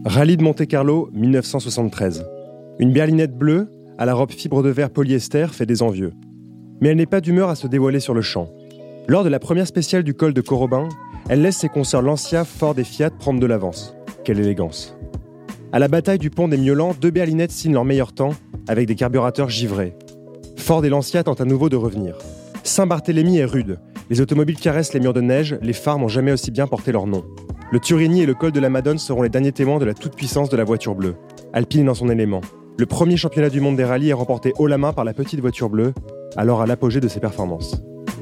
Rallye de Monte-Carlo, 1973. Une berlinette bleue, à la robe fibre de verre polyester, fait des envieux. Mais elle n'est pas d'humeur à se dévoiler sur le champ. Lors de la première spéciale du col de Corobin, elle laisse ses consoeurs Lancia, Ford et Fiat prendre de l'avance. Quelle élégance. À la bataille du pont des Miolans, 2 berlinettes signent leur meilleur temps, avec des carburateurs givrés. Ford et Lancia tentent à nouveau de revenir. Saint-Barthélemy est rude. Les automobiles caressent les murs de neige, les phares n'ont jamais aussi bien porté leur nom. Le Turini et le col de la Madone seront les derniers témoins de la toute-puissance de la voiture bleue. Alpine est dans son élément. Le premier championnat du monde des rallyes est remporté haut la main par la petite voiture bleue, alors à l'apogée de ses performances.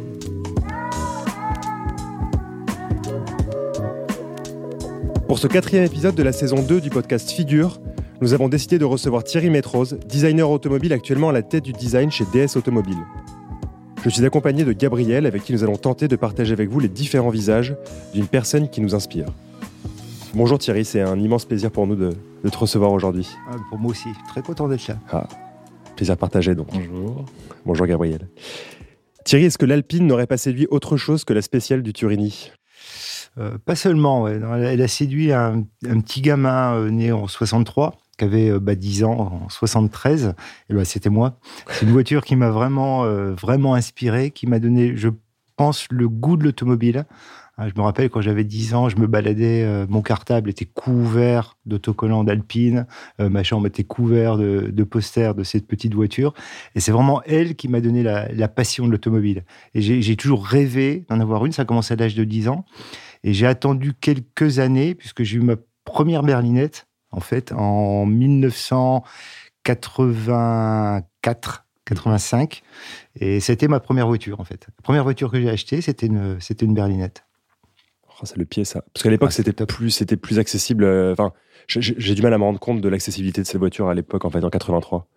Pour ce 4e épisode de la saison 2 du podcast Figure, nous avons décidé de recevoir Thierry Métrose, designer automobile actuellement à la tête du design chez DS Automobile. Je suis accompagné de Gabriel, avec qui nous allons tenter de partager avec vous les différents visages d'une personne qui nous inspire. Bonjour Thierry, c'est un immense plaisir pour nous de te recevoir aujourd'hui. Pour moi aussi, très content d'être là. Plaisir partagé donc. Bonjour. Bonjour Gabriel. Thierry, est-ce que l'Alpine n'aurait pas séduit autre chose que la spéciale du Turini ? Pas seulement, ouais. Elle a séduit un petit gamin né en 63, qui avait 10 ans en 73, et c'était moi. C'est une voiture qui m'a vraiment inspiré, qui m'a donné, je pense, le goût de l'automobile. Je me rappelle, quand j'avais 10 ans, je me baladais, mon cartable était couvert d'autocollants d'Alpine, ma chambre était couverte de posters de cette petite voiture, et c'est vraiment elle qui m'a donné la passion de l'automobile. Et j'ai toujours rêvé d'en avoir une, ça a commencé à l'âge de 10 ans, et j'ai attendu quelques années, puisque j'ai eu ma première berlinette, en fait, en 1984-85, et c'était ma première voiture, en fait. La première voiture que j'ai achetée, c'était une berlinette. Oh, c'est le pied, ça. Parce qu'à l'époque, c'était plus accessible. J'ai du mal à me rendre compte de l'accessibilité de cette voiture à l'époque, en fait, en 83.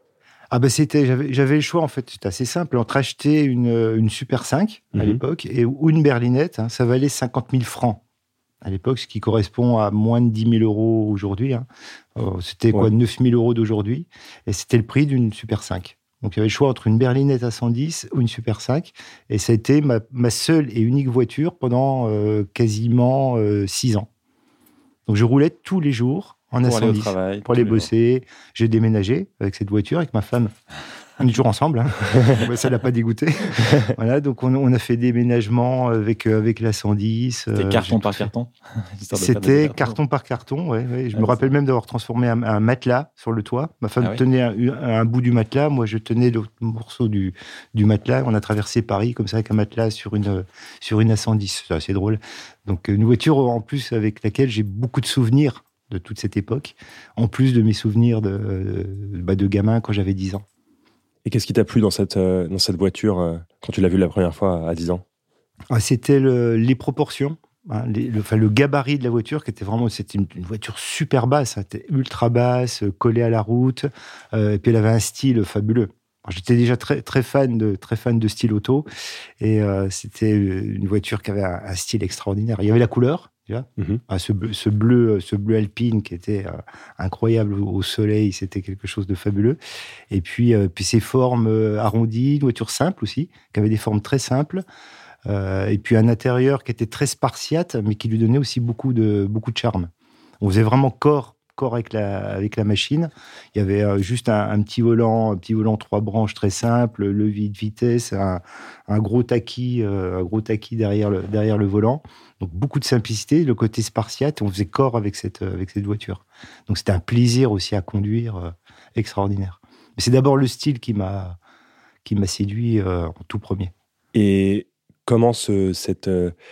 J'avais le choix, en fait. C'était assez simple. Entre acheter une Super 5 à l'époque ou une berlinette, ça valait 50 000 francs à l'époque, ce qui correspond à moins de 10 000 euros aujourd'hui. C'était 9 000 euros d'aujourd'hui. Et c'était le prix d'une Super 5. Donc, il y avait le choix entre une berlinette à 110 ou une Super 5. Et ça a été ma seule et unique voiture pendant quasiment 6 ans. Donc, je roulais tous les jours en A110 pour aller bosser. J'ai déménagé avec cette voiture, avec ma femme. On est toujours ensemble. Ça ne l'a pas dégoûté. Voilà, donc on a fait des déménagements avec la 110. C'était carton par carton. C'était carton par carton, ouais. Je me rappelle même d'avoir transformé un matelas sur le toit. Ma femme tenait un bout du matelas. Moi, je tenais l'autre morceau du matelas. On a traversé Paris comme ça avec un matelas sur une A110. C'est assez drôle. Donc, une voiture, en plus, avec laquelle j'ai beaucoup de souvenirs de toute cette époque, en plus de mes souvenirs de gamin quand j'avais 10 ans. Et qu'est-ce qui t'a plu dans cette voiture quand tu l'as vue la première fois à 10 ans ? C'était les proportions, le gabarit de la voiture, c'était une voiture super basse, était ultra basse, collée à la route, et puis elle avait un style fabuleux. Alors, j'étais déjà très, très fan de style auto, et c'était une voiture qui avait un style extraordinaire. Il y avait la couleur, ce bleu Alpine qui était incroyable au soleil, c'était quelque chose de fabuleux. Et puis ces formes arrondies, une voiture simple aussi, qui avait des formes très simples, et puis un intérieur qui était très spartiate, mais qui lui donnait aussi beaucoup de charme. On faisait vraiment corps avec la machine. Il y avait juste un petit volant 3 branches très simple, levier de vitesse, un gros taquis derrière le volant. Donc beaucoup de simplicité, le côté spartiate, on faisait corps avec cette voiture. Donc c'était un plaisir aussi à conduire extraordinaire. Mais c'est d'abord le style qui m'a séduit en tout premier. Et comment cet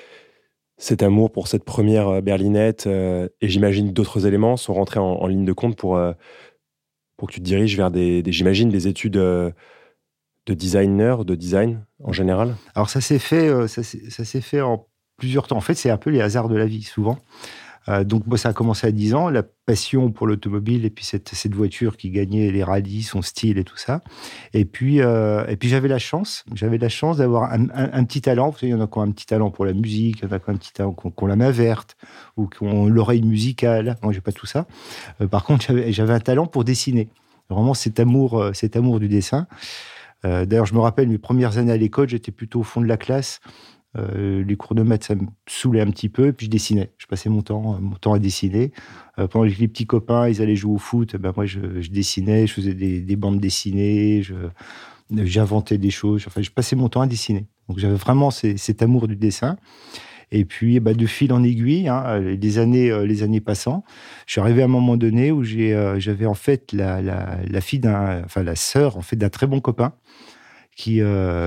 amour pour cette première berlinette et j'imagine d'autres éléments sont rentrés en ligne de compte pour que tu te diriges vers j'imagine des études de designer, de design en général. Alors ça s'est fait en plusieurs temps. En fait, c'est un peu les hasards de la vie, souvent. Donc, moi, ça a commencé à 10 ans, la passion pour l'automobile et puis cette voiture qui gagnait les rallyes, son style et tout ça. Et puis j'avais la chance d'avoir un petit talent. Vous savez, il y en a qui ont un petit talent pour la musique, il y en a qui ont un petit talent qui ont la main verte ou qui ont l'oreille musicale. Moi, j'ai pas tout ça. Par contre, j'avais un talent pour dessiner. Vraiment, cet amour du dessin. D'ailleurs, je me rappelle mes premières années à l'école, j'étais plutôt au fond de la classe. Les cours de maths, ça me saoulait un petit peu. Et puis je dessinais. Je passais mon temps à dessiner. Pendant que les petits copains, ils allaient jouer au foot, moi, je dessinais. Je faisais des bandes dessinées. J'inventais des choses. Enfin, je passais mon temps à dessiner. Donc j'avais vraiment cet amour du dessin. Et puis, de fil en aiguille, les années passant, je suis arrivé à un moment donné où j'avais en fait la fille la sœur en fait d'un très bon copain qui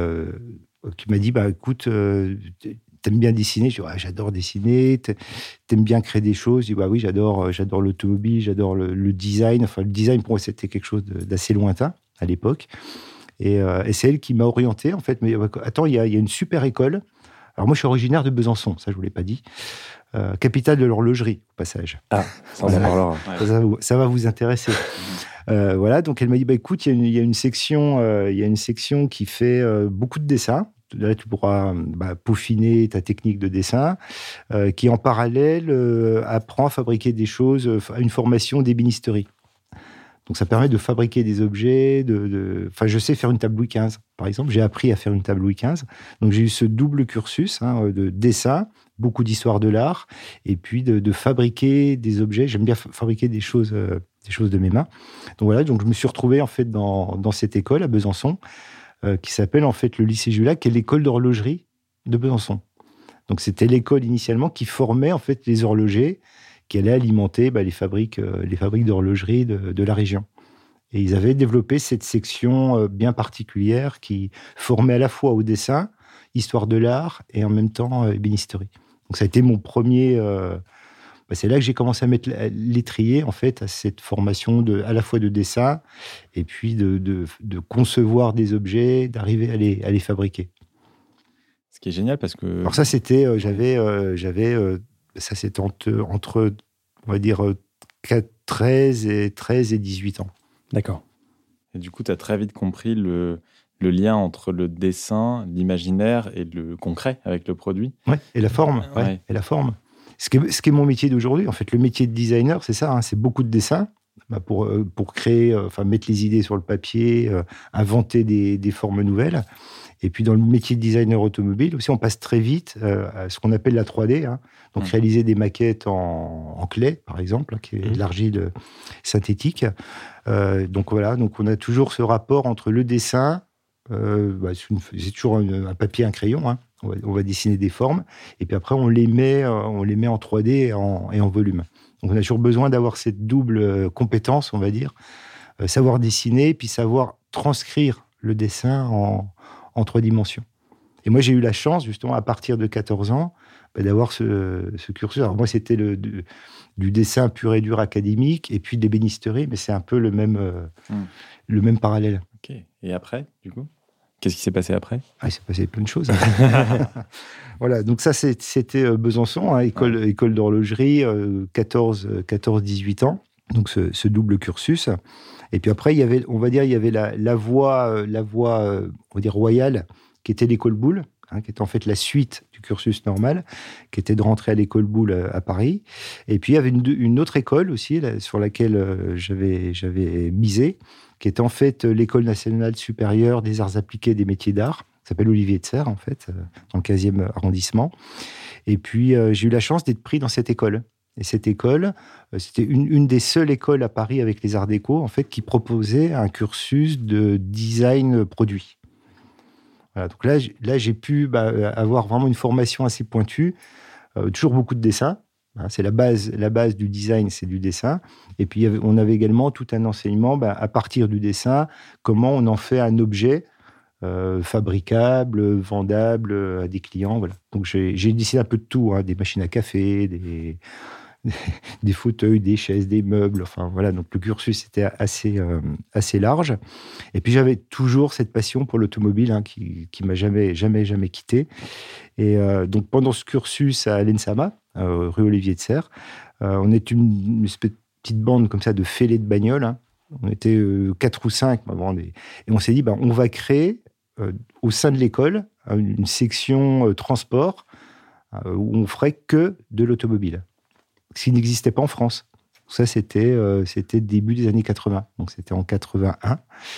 m'a dit, écoute, t'aimes bien dessiner? Je dis, ouais, j'adore dessiner. T'aimes bien créer des choses? Je dis, oui, j'adore l'automobile, j'adore le design. Enfin, le design pour moi c'était quelque chose d'assez lointain à l'époque. Et c'est elle qui m'a orienté en fait. Mais attends, il y a une super école. Alors moi, je suis originaire de Besançon, ça je vous l'ai pas dit, capitale de l'horlogerie au passage. Ah, ça en parlera. Ça va vous intéresser. Voilà, donc elle m'a dit, écoute, il y a une section qui fait beaucoup de dessins. Là, tu pourras peaufiner ta technique de dessin, qui en parallèle apprend à fabriquer des choses, à une formation d'ébénisterie. Donc, ça permet de fabriquer des objets. Enfin, je sais faire une table Louis XV, par exemple. J'ai appris à faire une table Louis XV. Donc, j'ai eu ce double cursus de dessin, beaucoup d'histoire de l'art, et puis de fabriquer des objets. J'aime bien fabriquer des choses de mes mains. Donc, voilà. Donc, je me suis retrouvé, en fait, dans cette école à Besançon, qui s'appelle, en fait, le lycée Julac, qui est l'école d'horlogerie de Besançon. Donc, c'était l'école, initialement, qui formait, en fait, les horlogers qui allaient alimenter les fabriques d'horlogerie de la région. Et ils avaient développé cette section bien particulière qui formait à la fois au dessin, histoire de l'art, et en même temps ébénisterie. Donc ça a été mon premier... c'est là que j'ai commencé à mettre l'étrier, en fait, à cette formation à la fois de dessin, et puis de concevoir des objets, d'arriver à les fabriquer. Ce qui est génial parce que... Alors ça, c'était... ça, c'était entre, on va dire, 13 et 18 ans. D'accord. Et du coup, tu as très vite compris le lien entre le dessin, l'imaginaire et le concret avec le produit. Oui, et la forme. Ouais. Et la forme. Ce qui est mon métier d'aujourd'hui, en fait, le métier de designer, c'est ça, c'est beaucoup de dessin pour créer, mettre les idées sur le papier, inventer des formes nouvelles. Et puis, dans le métier de designer automobile, aussi, on passe très vite à ce qu'on appelle la 3D. Donc, réaliser des maquettes en clay, par exemple, qui est de l'argile synthétique. Donc, voilà. Donc, on a toujours ce rapport entre le dessin. C'est toujours un papier, un crayon. On va dessiner des formes. Et puis après, on les met en 3D et en volume. Donc, on a toujours besoin d'avoir cette double compétence, on va dire. Savoir dessiner, puis savoir transcrire le dessin en 3 dimensions. Et moi, j'ai eu la chance, justement, à partir de 14 ans, d'avoir ce cursus. Alors, moi, c'était du dessin pur et dur académique, et puis de l'ébénisterie, mais c'est un peu le même parallèle. Ok. Et après, du coup, qu'est-ce qui s'est passé après ? Il s'est passé plein de choses. Voilà, donc ça, c'était Besançon, école d'horlogerie, 14-18 ans. Donc, ce double cursus. Et puis après, il y avait la voie, on va dire royale, qui était l'école Boulle, qui était en fait la suite du cursus normal, qui était de rentrer à l'école Boulle à Paris. Et puis, il y avait une autre école aussi, sur laquelle j'avais misé, qui était en fait l'École nationale supérieure des arts appliqués et des métiers d'art, qui s'appelle Olivier de Serres, en fait, dans le 15e arrondissement. Et puis, j'ai eu la chance d'être pris dans cette école. Et cette école, c'était une des seules écoles à Paris avec les arts déco, en fait, qui proposait un cursus de design produit. Voilà, donc là, j'ai pu avoir vraiment une formation assez pointue, toujours beaucoup de dessin. C'est la base du design, c'est du dessin. Et puis, on avait également tout un enseignement à partir du dessin, comment on en fait un objet fabricable, vendable à des clients. Voilà. Donc, j'ai dessiné un peu de tout, des machines à café, des fauteuils, des chaises, des meubles. Enfin, voilà. Donc, le cursus était assez large. Et puis, j'avais toujours cette passion pour l'automobile qui m'a jamais quitté. Et donc, pendant ce cursus à l'ENSAMA, rue Olivier de Serres, on est une espèce de petite bande comme ça de fêlés de bagnoles. On était 4 ou 5. Et on s'est dit, on va créer au sein de l'école une section transport où on ferait que de l'automobile. Ce qui n'existait pas en France. Ça, c'était début des années 80. Donc, c'était en 81.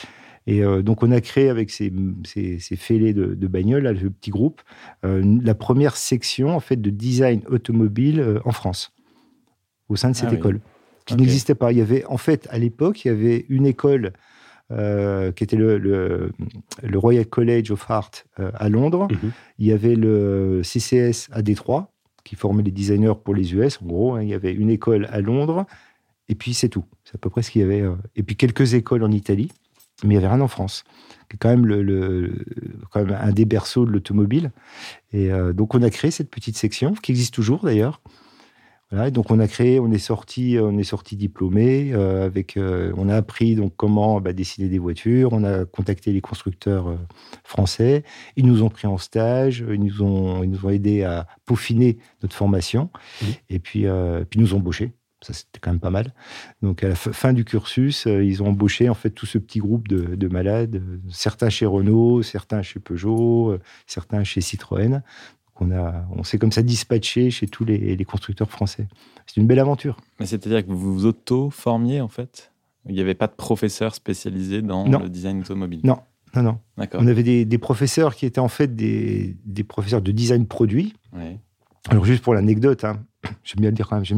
Et donc, on a créé avec ces fêlés de bagnoles, là, le petit groupe, la première section en fait de design automobile en France, au sein de cette école, qui n'existait pas. Il y avait, en fait, à l'époque, il y avait une école qui était le Royal College of Art à Londres. Il y avait le CCS à Détroit, qui formait les designers pour les US, en gros. Il y avait une école à Londres, et puis c'est tout. C'est à peu près ce qu'il y avait. Et puis quelques écoles en Italie. Mais il n'y avait rien en France. C'est quand même, quand même un des berceaux de l'automobile. Et donc, on a créé cette petite section, qui existe toujours d'ailleurs. Voilà, et donc, on est sorti diplômé. On a appris donc, comment dessiner des voitures. On a contacté les constructeurs français. Ils nous ont pris en stage. Ils nous ont aidés à peaufiner notre formation. Et puis, ils nous ont embauchés. Ça, c'était quand même pas mal. Donc, à la fin du cursus, ils ont embauché en fait tout ce petit groupe de malades, certains chez Renault, certains chez Peugeot, certains chez Citroën. Donc, on s'est comme ça dispatché chez tous les constructeurs français. C'est une belle aventure. Mais c'est-à-dire que vous vous auto-formiez, en fait ? Il n'y avait pas de professeurs spécialisés dans le design automobile ? Non. D'accord. On avait des professeurs qui étaient en fait des professeurs de design produit. Oui. Alors, juste pour l'anecdote, j'aime bien le dire quand même,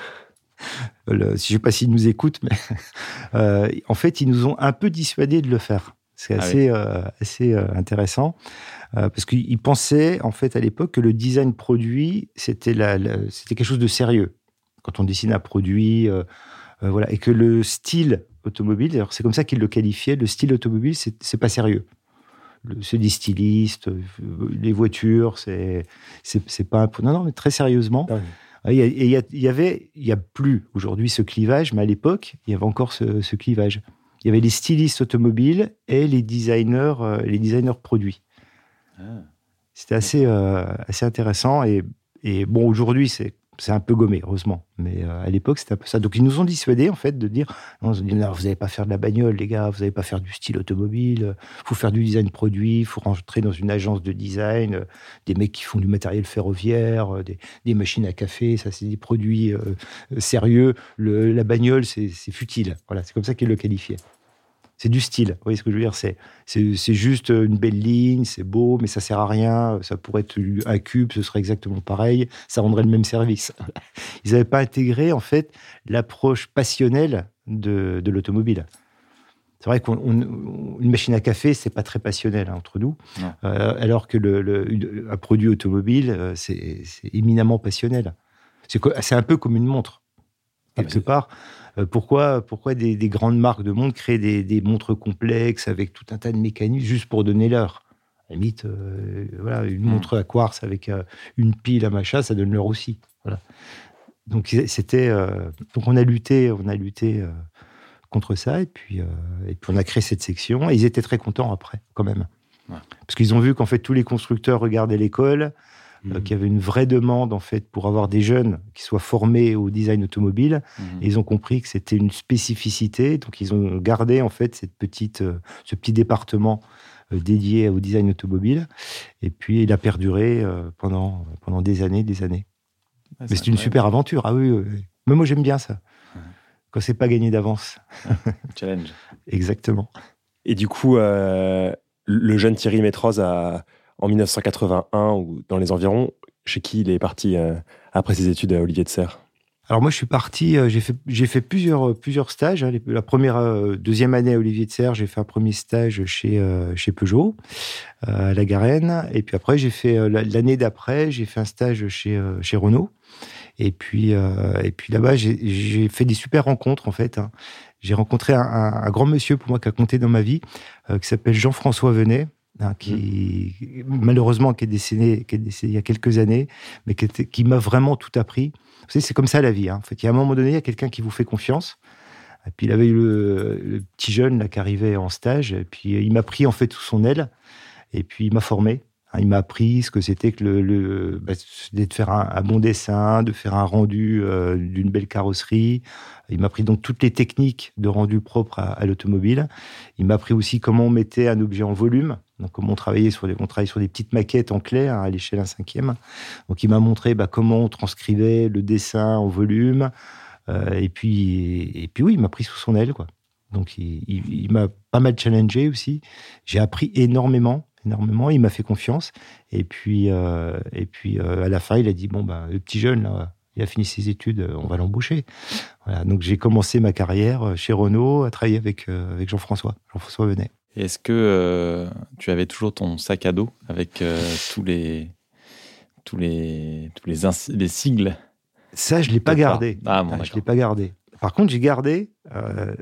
je ne sais pas s'ils nous écoutent, mais en fait, ils nous ont un peu dissuadés de le faire. C'est assez intéressant, parce qu'ils pensaient, en fait, à l'époque, que le design produit, c'était quelque chose de sérieux. Quand on dessine un produit, voilà, et que le style automobile, alors c'est comme ça qu'ils le qualifiaient, le style automobile, c'est pas sérieux. C'est des stylistes, les voitures, c'est pas... Non, mais très sérieusement... Ouais. Il y a plus aujourd'hui ce clivage, mais à l'époque, il y avait encore ce clivage. Il y avait les stylistes automobiles et les designers produits. C'était assez intéressant. Et bon, aujourd'hui, c'est un peu gommé, heureusement. Mais à l'époque, c'était un peu ça. Donc, ils nous ont dissuadés, en fait, de dire non, vous n'allez pas faire de la bagnole, les gars, vous n'allez pas faire du style automobile, il faut faire du design produit, il faut rentrer dans une agence de design, des mecs qui font du matériel ferroviaire, des machines à café, ça, c'est des produits sérieux. La bagnole, c'est futile. Voilà, c'est comme ça qu'ils le qualifiaient. C'est du style, vous voyez ce que je veux dire, c'est juste une belle ligne, c'est beau, mais ça sert à rien, ça pourrait être un cube, ce serait exactement pareil, ça rendrait le même service. Ils n'avaient pas intégré, en fait, l'approche passionnelle de l'automobile. C'est vrai qu'une machine à café, c'est pas très passionnel entre nous, alors que un produit automobile, c'est éminemment passionnel. C'est un peu comme une montre, quelque part. Pourquoi des grandes marques de montres créent des montres complexes avec tout un tas de mécanismes juste pour donner l'heure ? À la limite, voilà, une montre à quartz avec une pile à machin, ça donne l'heure aussi. Voilà. Donc donc on a lutté contre ça et puis on a créé cette section et ils étaient très contents après quand même, parce qu'ils ont vu qu'en fait tous les constructeurs regardaient l'école. Qu'il y avait une vraie demande en fait pour avoir des jeunes qui soient formés au design automobile. Et ils ont compris que c'était une spécificité, donc ils ont gardé en fait ce petit département dédié au design automobile. Et puis il a perduré pendant des années. Mais c'est une super aventure. Ah oui. Mais moi j'aime bien ça. Quand c'est pas gagné d'avance. Challenge. Exactement. Et du coup, le jeune Thierry Métroz en 1981 ou dans les environs, chez qui il est parti après ses études à Olivier de Serres? Alors moi, je suis parti, j'ai fait plusieurs stages. La deuxième année à Olivier de Serres, j'ai fait un premier stage chez Peugeot, à la Garenne. Et puis après, j'ai fait l'année d'après, j'ai fait un stage chez Renault. Et puis là-bas, j'ai fait des super rencontres, en fait. J'ai rencontré un grand monsieur, pour moi, qui a compté dans ma vie, qui s'appelle Jean-François Venet, qui malheureusement qui est décédé il y a quelques années, mais qui m'a vraiment tout appris. Vous savez, c'est comme ça la vie. En fait, il y a un moment donné, il y a quelqu'un qui vous fait confiance. Et puis il avait eu le petit jeune là qui arrivait en stage. Et puis il m'a pris en fait sous son aile. Et puis il m'a formé. Il m'a appris ce que c'était que de faire un bon dessin, de faire un rendu d'une belle carrosserie. Il m'a appris donc toutes les techniques de rendu propre à l'automobile. Il m'a appris aussi comment on mettait un objet en volume. Donc, comment on travaillait sur des petites maquettes en clé à l'échelle 1/5. Donc, il m'a montré comment on transcrivait le dessin en volume. Et puis oui, il m'a pris sous son aile, quoi. Donc, il m'a pas mal challengé aussi. J'ai appris énormément. Il m'a fait confiance. Et puis, à la fin, il a dit, le petit jeune, là, il a fini ses études, on va l'embaucher. Voilà. Donc, j'ai commencé ma carrière chez Renault à travailler avec Jean-François Venet. Et est-ce que tu avais toujours ton sac à dos avec tous les sigles? Ça, je ne l'ai pas gardé. Je l'ai pas gardé. Par contre, j'ai gardé à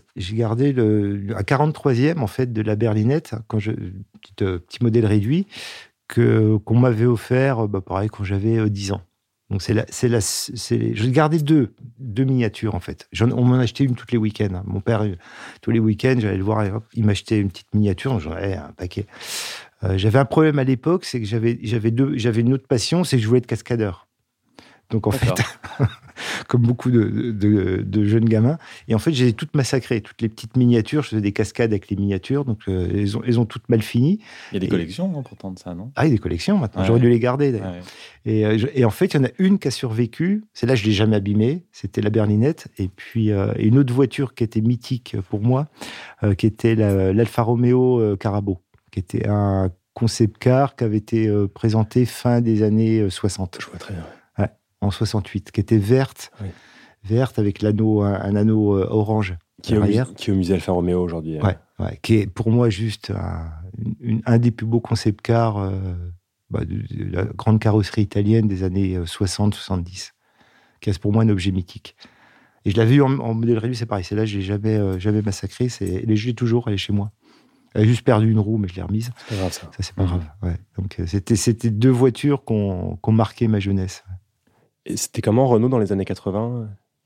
43e, en fait, de la berlinette, petit modèle réduit, qu'on m'avait offert, pareil, quand j'avais 10 ans. Donc, j'ai gardé deux miniatures, en fait. On m'en achetait une tous les week-ends. Mon père, tous les week-ends, j'allais le voir, et hop, il m'achetait une petite miniature, j'en avais un paquet. J'avais un problème à l'époque, c'est que j'avais une autre passion, c'est que je voulais être cascadeur. Donc, en fait, comme beaucoup de jeunes gamins. Et en fait, j'ai toutes massacrées, toutes les petites miniatures. Je faisais des cascades avec les miniatures, donc elles ont toutes mal fini. Il y a des collections, pourtant, de ça, non? Ah, il y a des collections, maintenant. Ouais. J'aurais dû les garder, d'ailleurs. Ouais. Et en fait, il y en a une qui a survécu. Celle-là, je ne l'ai jamais abîmée. C'était la berlinette. Et puis, une autre voiture qui était mythique pour moi, qui était l'Alfa Romeo Carabo, qui était un concept car qui avait été présenté fin des années 60. Je vois très bien. En 68, qui était verte avec un anneau orange qui est au musée Alfa Romeo aujourd'hui. Ouais, qui est pour moi juste un des plus beaux concept cars de la grande carrosserie italienne des années 60-70, qui est pour moi un objet mythique. Et je l'avais eu en modèle réduit, c'est pareil. Celle-là, je l'ai jamais massacrée. Je l'ai toujours, elle est chez moi. Elle a juste perdu une roue, mais je l'ai remise. C'est pas grave, ça. Ça, c'est pas grave. Ouais. Donc, c'était deux voitures qui ont marqué ma jeunesse. Et c'était comment Renault dans les années 80 ?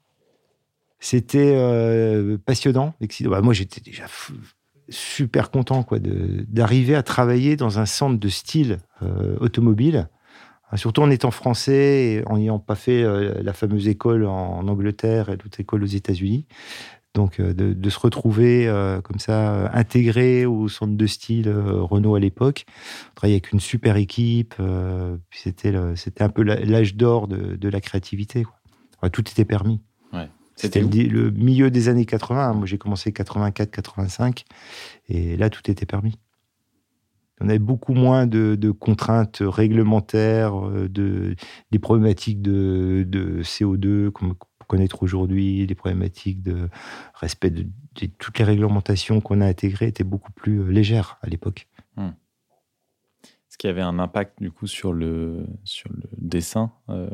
C'était passionnant. Moi, j'étais déjà super content d'arriver à travailler dans un centre de style automobile, surtout en étant français et en n'ayant pas fait la fameuse école en Angleterre et l'autre école aux États-Unis. Donc, de se retrouver comme ça, intégré au centre de style Renault à l'époque. On travaillait avec une super équipe. Puis c'était un peu l'âge d'or de la créativité, quoi. Enfin, tout était permis. Ouais. C'était le milieu des années 80. Moi, j'ai commencé 84-85. Et là, tout était permis. On avait beaucoup moins de contraintes réglementaires, des problématiques de CO2, comme connaître aujourd'hui, les problématiques de respect de toutes les réglementations qu'on a intégrées étaient beaucoup plus légères à l'époque. Est-ce qu'il y avait un impact du coup sur le dessin,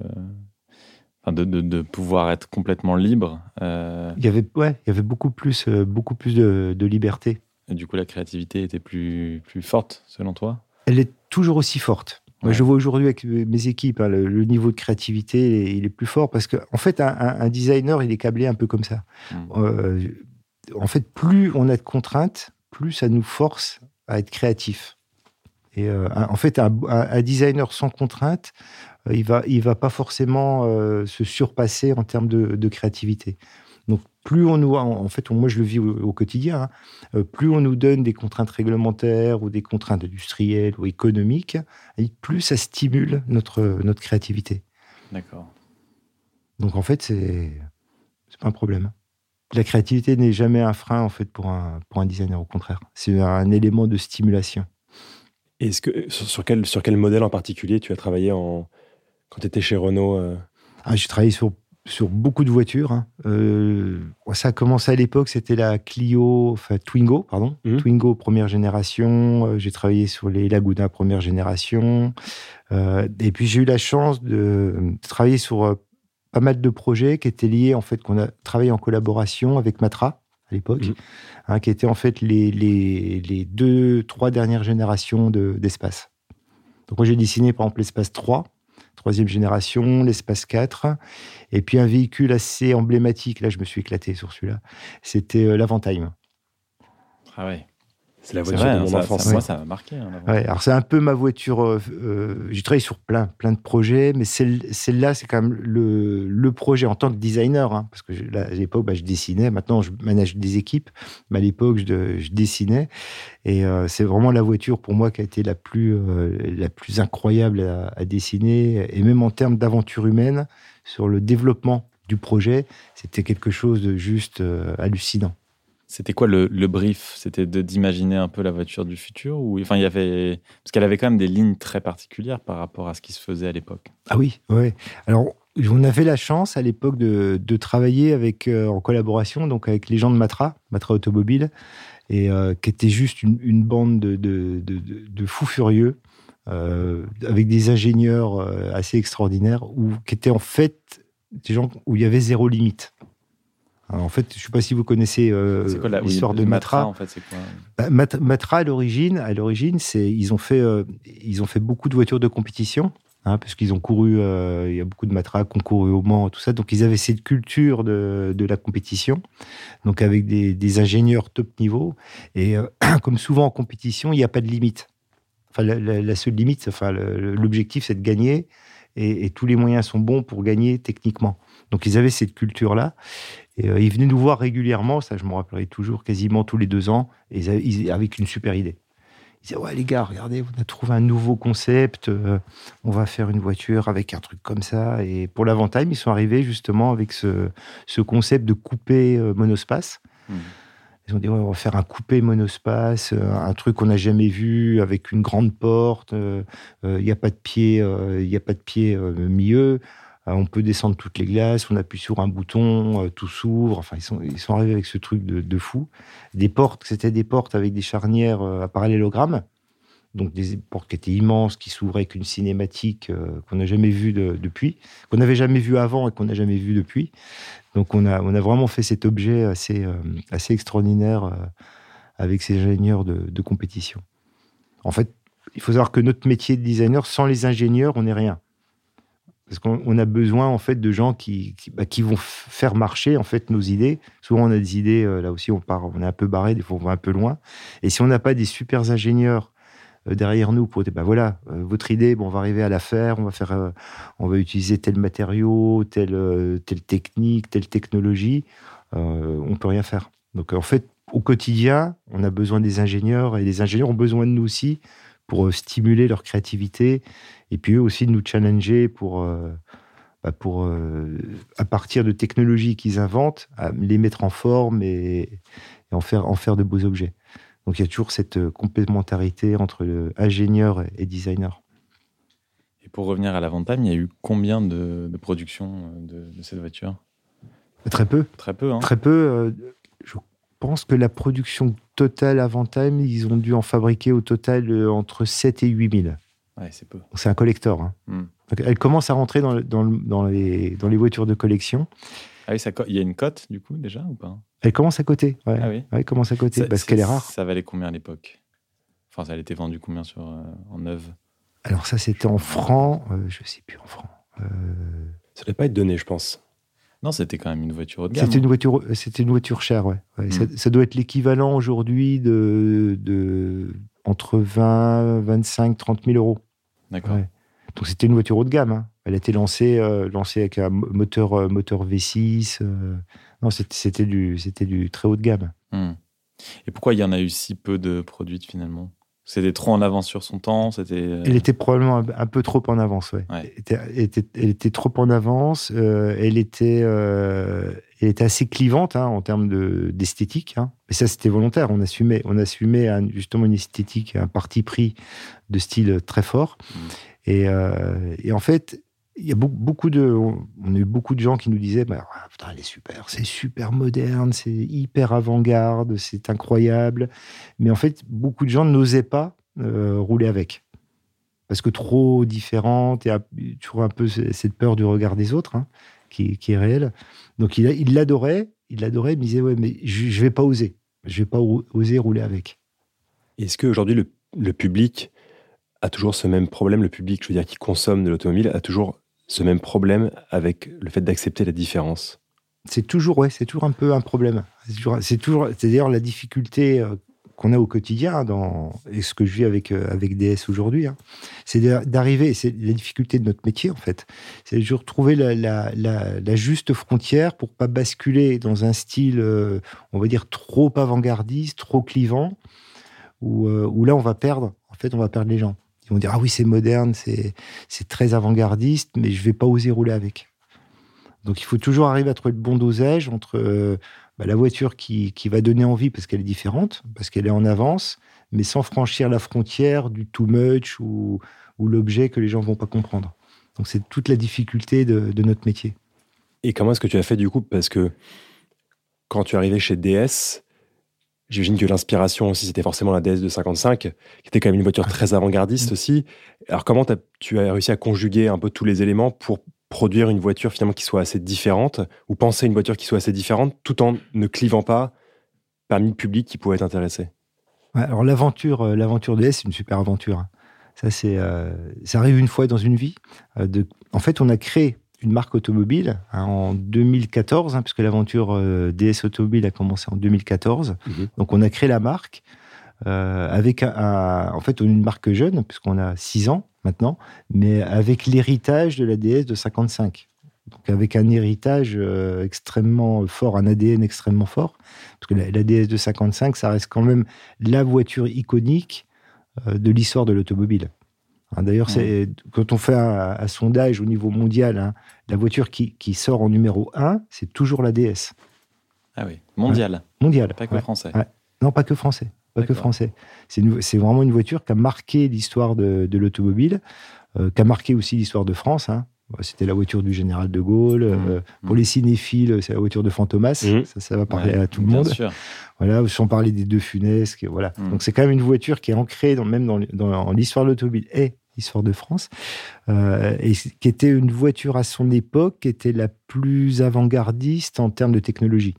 de pouvoir être complètement libre? Il y avait beaucoup plus de liberté. Et du coup, la créativité était plus forte, selon toi? Elle est toujours aussi forte. Ouais. Je vois aujourd'hui avec mes équipes, le niveau de créativité, il est plus fort parce qu'en fait, un designer, il est câblé un peu comme ça. En fait, plus on a de contraintes, plus ça nous force à être créatif. Et en fait, un designer sans contraintes, il va pas forcément se surpasser en termes de créativité. Donc, plus on nous... En fait, moi, je le vis au quotidien. Plus on nous donne des contraintes réglementaires ou des contraintes industrielles ou économiques, plus ça stimule notre créativité. D'accord. Donc, en fait, c'est pas un problème. La créativité n'est jamais un frein, en fait, pour un designer. Au contraire, c'est un élément de stimulation. Et est-ce que, sur quel modèle en particulier tu as travaillé quand tu étais chez Renault J'ai travaillé sur beaucoup de voitures. Ça a commencé à l'époque, c'était la Twingo, pardon. Twingo première génération. J'ai travaillé sur les Laguna première génération. Et puis j'ai eu la chance de travailler sur pas mal de projets qui étaient liés, en fait, qu'on a travaillé en collaboration avec Matra à l'époque, qui étaient en fait les 2-3 dernières générations d'espace. Donc moi j'ai dessiné par exemple l'espace 3, troisième génération, l'espace 4, et puis un véhicule assez emblématique, là je me suis éclaté sur celui-là, c'était l'Avantime. Ah ouais. C'est la voiture de mon enfance. Moi, ça m'a marqué. Ouais, alors c'est un peu ma voiture. J'ai travaillé sur plein de projets, mais celle-là, c'est quand même le projet en tant que designer, parce que là, à l'époque, je dessinais. Maintenant, je manage des équipes, mais à l'époque, je dessinais. Et c'est vraiment la voiture pour moi qui a été la plus incroyable à dessiner, et même en termes d'aventure humaine, sur le développement du projet, c'était quelque chose de juste hallucinant. C'était quoi le brief? C'était d'imaginer un peu la voiture du futur ou... Enfin, il y avait... Parce qu'elle avait quand même des lignes très particulières par rapport à ce qui se faisait à l'époque. Ah oui, ouais. Alors, on avait la chance à l'époque de travailler en collaboration donc avec les gens de Matra Automobile, et qui était juste une bande de fous furieux, avec des ingénieurs assez extraordinaires, qui étaient en fait des gens où il y avait zéro limite. Alors, en fait, je ne sais pas si vous connaissez l'histoire de Matra. En fait, c'est quoi? Matra, à l'origine, ils ont fait beaucoup de voitures de compétition, parce qu'ils ont couru, il y a beaucoup de Matra qui ont couru au Mans, tout ça. Donc, ils avaient cette culture de la compétition, donc avec des ingénieurs top niveau. Et comme souvent en compétition, il n'y a pas de limite. Enfin, la seule limite, l'objectif, c'est de gagner, et tous les moyens sont bons pour gagner techniquement. Donc, ils avaient cette culture-là. Et ils venaient nous voir régulièrement, ça je me rappellerai toujours, quasiment tous les 2 ans, et avec une super idée. Ils disaient, ouais les gars, regardez, on a trouvé un nouveau concept, on va faire une voiture avec un truc comme ça. Et pour l'Avantime, ils sont arrivés justement avec ce concept de coupé monospace. Ils ont dit, ouais, on va faire un coupé monospace, un truc qu'on n'a jamais vu, avec une grande porte, il n'y a pas de pied, milieu. On peut descendre toutes les glaces, on appuie sur un bouton, tout s'ouvre. Enfin, ils sont arrivés avec ce truc de fou. Des portes, c'était des portes avec des charnières à parallélogramme. Donc, des portes qui étaient immenses, qui s'ouvraient avec une cinématique qu'on n'a jamais vue depuis, qu'on n'avait jamais vue avant et qu'on n'a jamais vue depuis. Donc, on a vraiment fait cet objet assez extraordinaire avec ces ingénieurs de compétition. En fait, il faut savoir que notre métier de designer, sans les ingénieurs, on n'est rien. Parce qu'on a besoin en fait de gens qui vont faire marcher en fait nos idées. Souvent on a des idées, là aussi on est un peu barré, des fois on va un peu loin. Et si on n'a pas des super ingénieurs derrière nous pour dire votre idée, on va arriver à la faire, on va utiliser tel matériau, telle technique, telle technologie, on peut rien faire. Donc en fait au quotidien on a besoin des ingénieurs, et les ingénieurs ont besoin de nous aussi pour stimuler leur créativité, et puis eux aussi de nous challenger pour à partir de technologies qu'ils inventent, à les mettre en forme et en faire de beaux objets. Donc il y a toujours cette complémentarité entre ingénieur et designer. Et pour revenir à l'Avantime, il y a eu combien de productions de cette voiture? Très peu. Très peu, hein. Très peu. Je pense que la production totale Avantime, ils ont dû en fabriquer au total entre 7 et 8 000. Ouais, c'est peu. C'est un collector. Donc, elle commence à rentrer dans les voitures de collection. Ah oui, il y a une cote, du coup, déjà, ou pas? Elle commence à coter. Ouais. Ah oui. Elle commence à coter, parce qu'elle est rare. Ça valait combien à l'époque? Enfin, ça a été vendu combien en neuve? Alors ça, c'était en francs. Je ne sais plus en francs. Ça ne devait pas être donné, je pense. Non, c'était quand même une voiture haut de gamme. C'était une voiture chère, ouais. Ça doit être l'équivalent aujourd'hui de entre 20, 25, 30 000 euros. D'accord. Ouais. Donc c'était une voiture haut de gamme. Elle a été lancée avec un moteur V6. Non, c'était du très haut de gamme. Et pourquoi il y en a eu si peu de produites finalement? C'était trop en avance sur son temps. Elle était probablement un peu trop en avance, ouais. Elle était trop en avance. Elle était assez clivante en termes d'esthétique. Mais ça, c'était volontaire. On assumait justement une esthétique, un parti pris de style très fort. Et en fait, il y a on a eu beaucoup de gens qui nous disaient putain, elle est super, c'est super moderne, c'est hyper avant-garde, c'est incroyable. Mais en fait, beaucoup de gens n'osaient pas rouler avec. Parce que trop différente, et toujours un peu cette peur du regard des autres, qui est réelle. Donc il l'adorait, il me disait ouais, mais je vais pas oser. Je vais pas oser rouler avec. Est-ce qu'aujourd'hui, le public a toujours ce même problème, le public, je veux dire, qui consomme de l'automobile, a toujours ce même problème avec le fait d'accepter la différence? C'est toujours un peu un problème. C'est-à-dire la difficulté qu'on a au quotidien, et ce que je vis avec DS aujourd'hui, c'est d'arriver, c'est la difficulté de notre métier, en fait. C'est de toujours trouver la juste frontière pour pas basculer dans un style, on va dire, trop avant-gardiste, trop clivant, où là, on va perdre les gens. Ils vont dire, ah oui, c'est moderne, c'est très avant-gardiste, mais je vais pas oser rouler avec. Donc, il faut toujours arriver à trouver le bon dosage entre la voiture qui va donner envie parce qu'elle est différente, parce qu'elle est en avance, mais sans franchir la frontière du too much ou l'objet que les gens ne vont pas comprendre. Donc, c'est toute la difficulté de notre métier. Et comment est-ce que tu as fait du coup? Parce que quand tu es arrivé chez DS, j'imagine que l'inspiration aussi, c'était forcément la DS255, qui était quand même une voiture très avant-gardiste aussi. Alors, comment tu as réussi à conjuguer un peu tous les éléments pour produire une voiture finalement qui soit assez différente, ou penser une voiture qui soit assez différente, tout en ne clivant pas parmi le public qui pourrait être intéressé? Ouais, alors l'aventure DS, c'est une super aventure. Ça arrive une fois dans une vie. En fait, on a créé une marque automobile en 2014, puisque l'aventure DS Automobile a commencé en 2014. Donc, on a créé la marque avec en fait, une marque jeune, puisqu'on a 6 ans maintenant, mais avec l'héritage de la DS de 55. Donc, avec un héritage extrêmement fort, un ADN extrêmement fort, parce que la DS de 55, ça reste quand même la voiture iconique de l'histoire de l'automobile. D'ailleurs, quand on fait un sondage au niveau mondial, la voiture qui sort en numéro 1, c'est toujours la DS. Ah oui, mondial. Mondial. Pas que français. Ouais. Non, pas que français. Pas que français. C'est vraiment une voiture qui a marqué l'histoire de l'automobile, qui a marqué aussi l'histoire de France. C'était la voiture du général de Gaulle. Pour les cinéphiles, c'est la voiture de Fantomas. Ça va parler à tout le monde. Bien sûr. Voilà, sans parler des deux Funès. Voilà. Donc, c'est quand même une voiture qui est ancrée même dans l'histoire de l'automobile et l'histoire de France, et qui était une voiture à son époque, qui était la plus avant-gardiste en termes de technologie.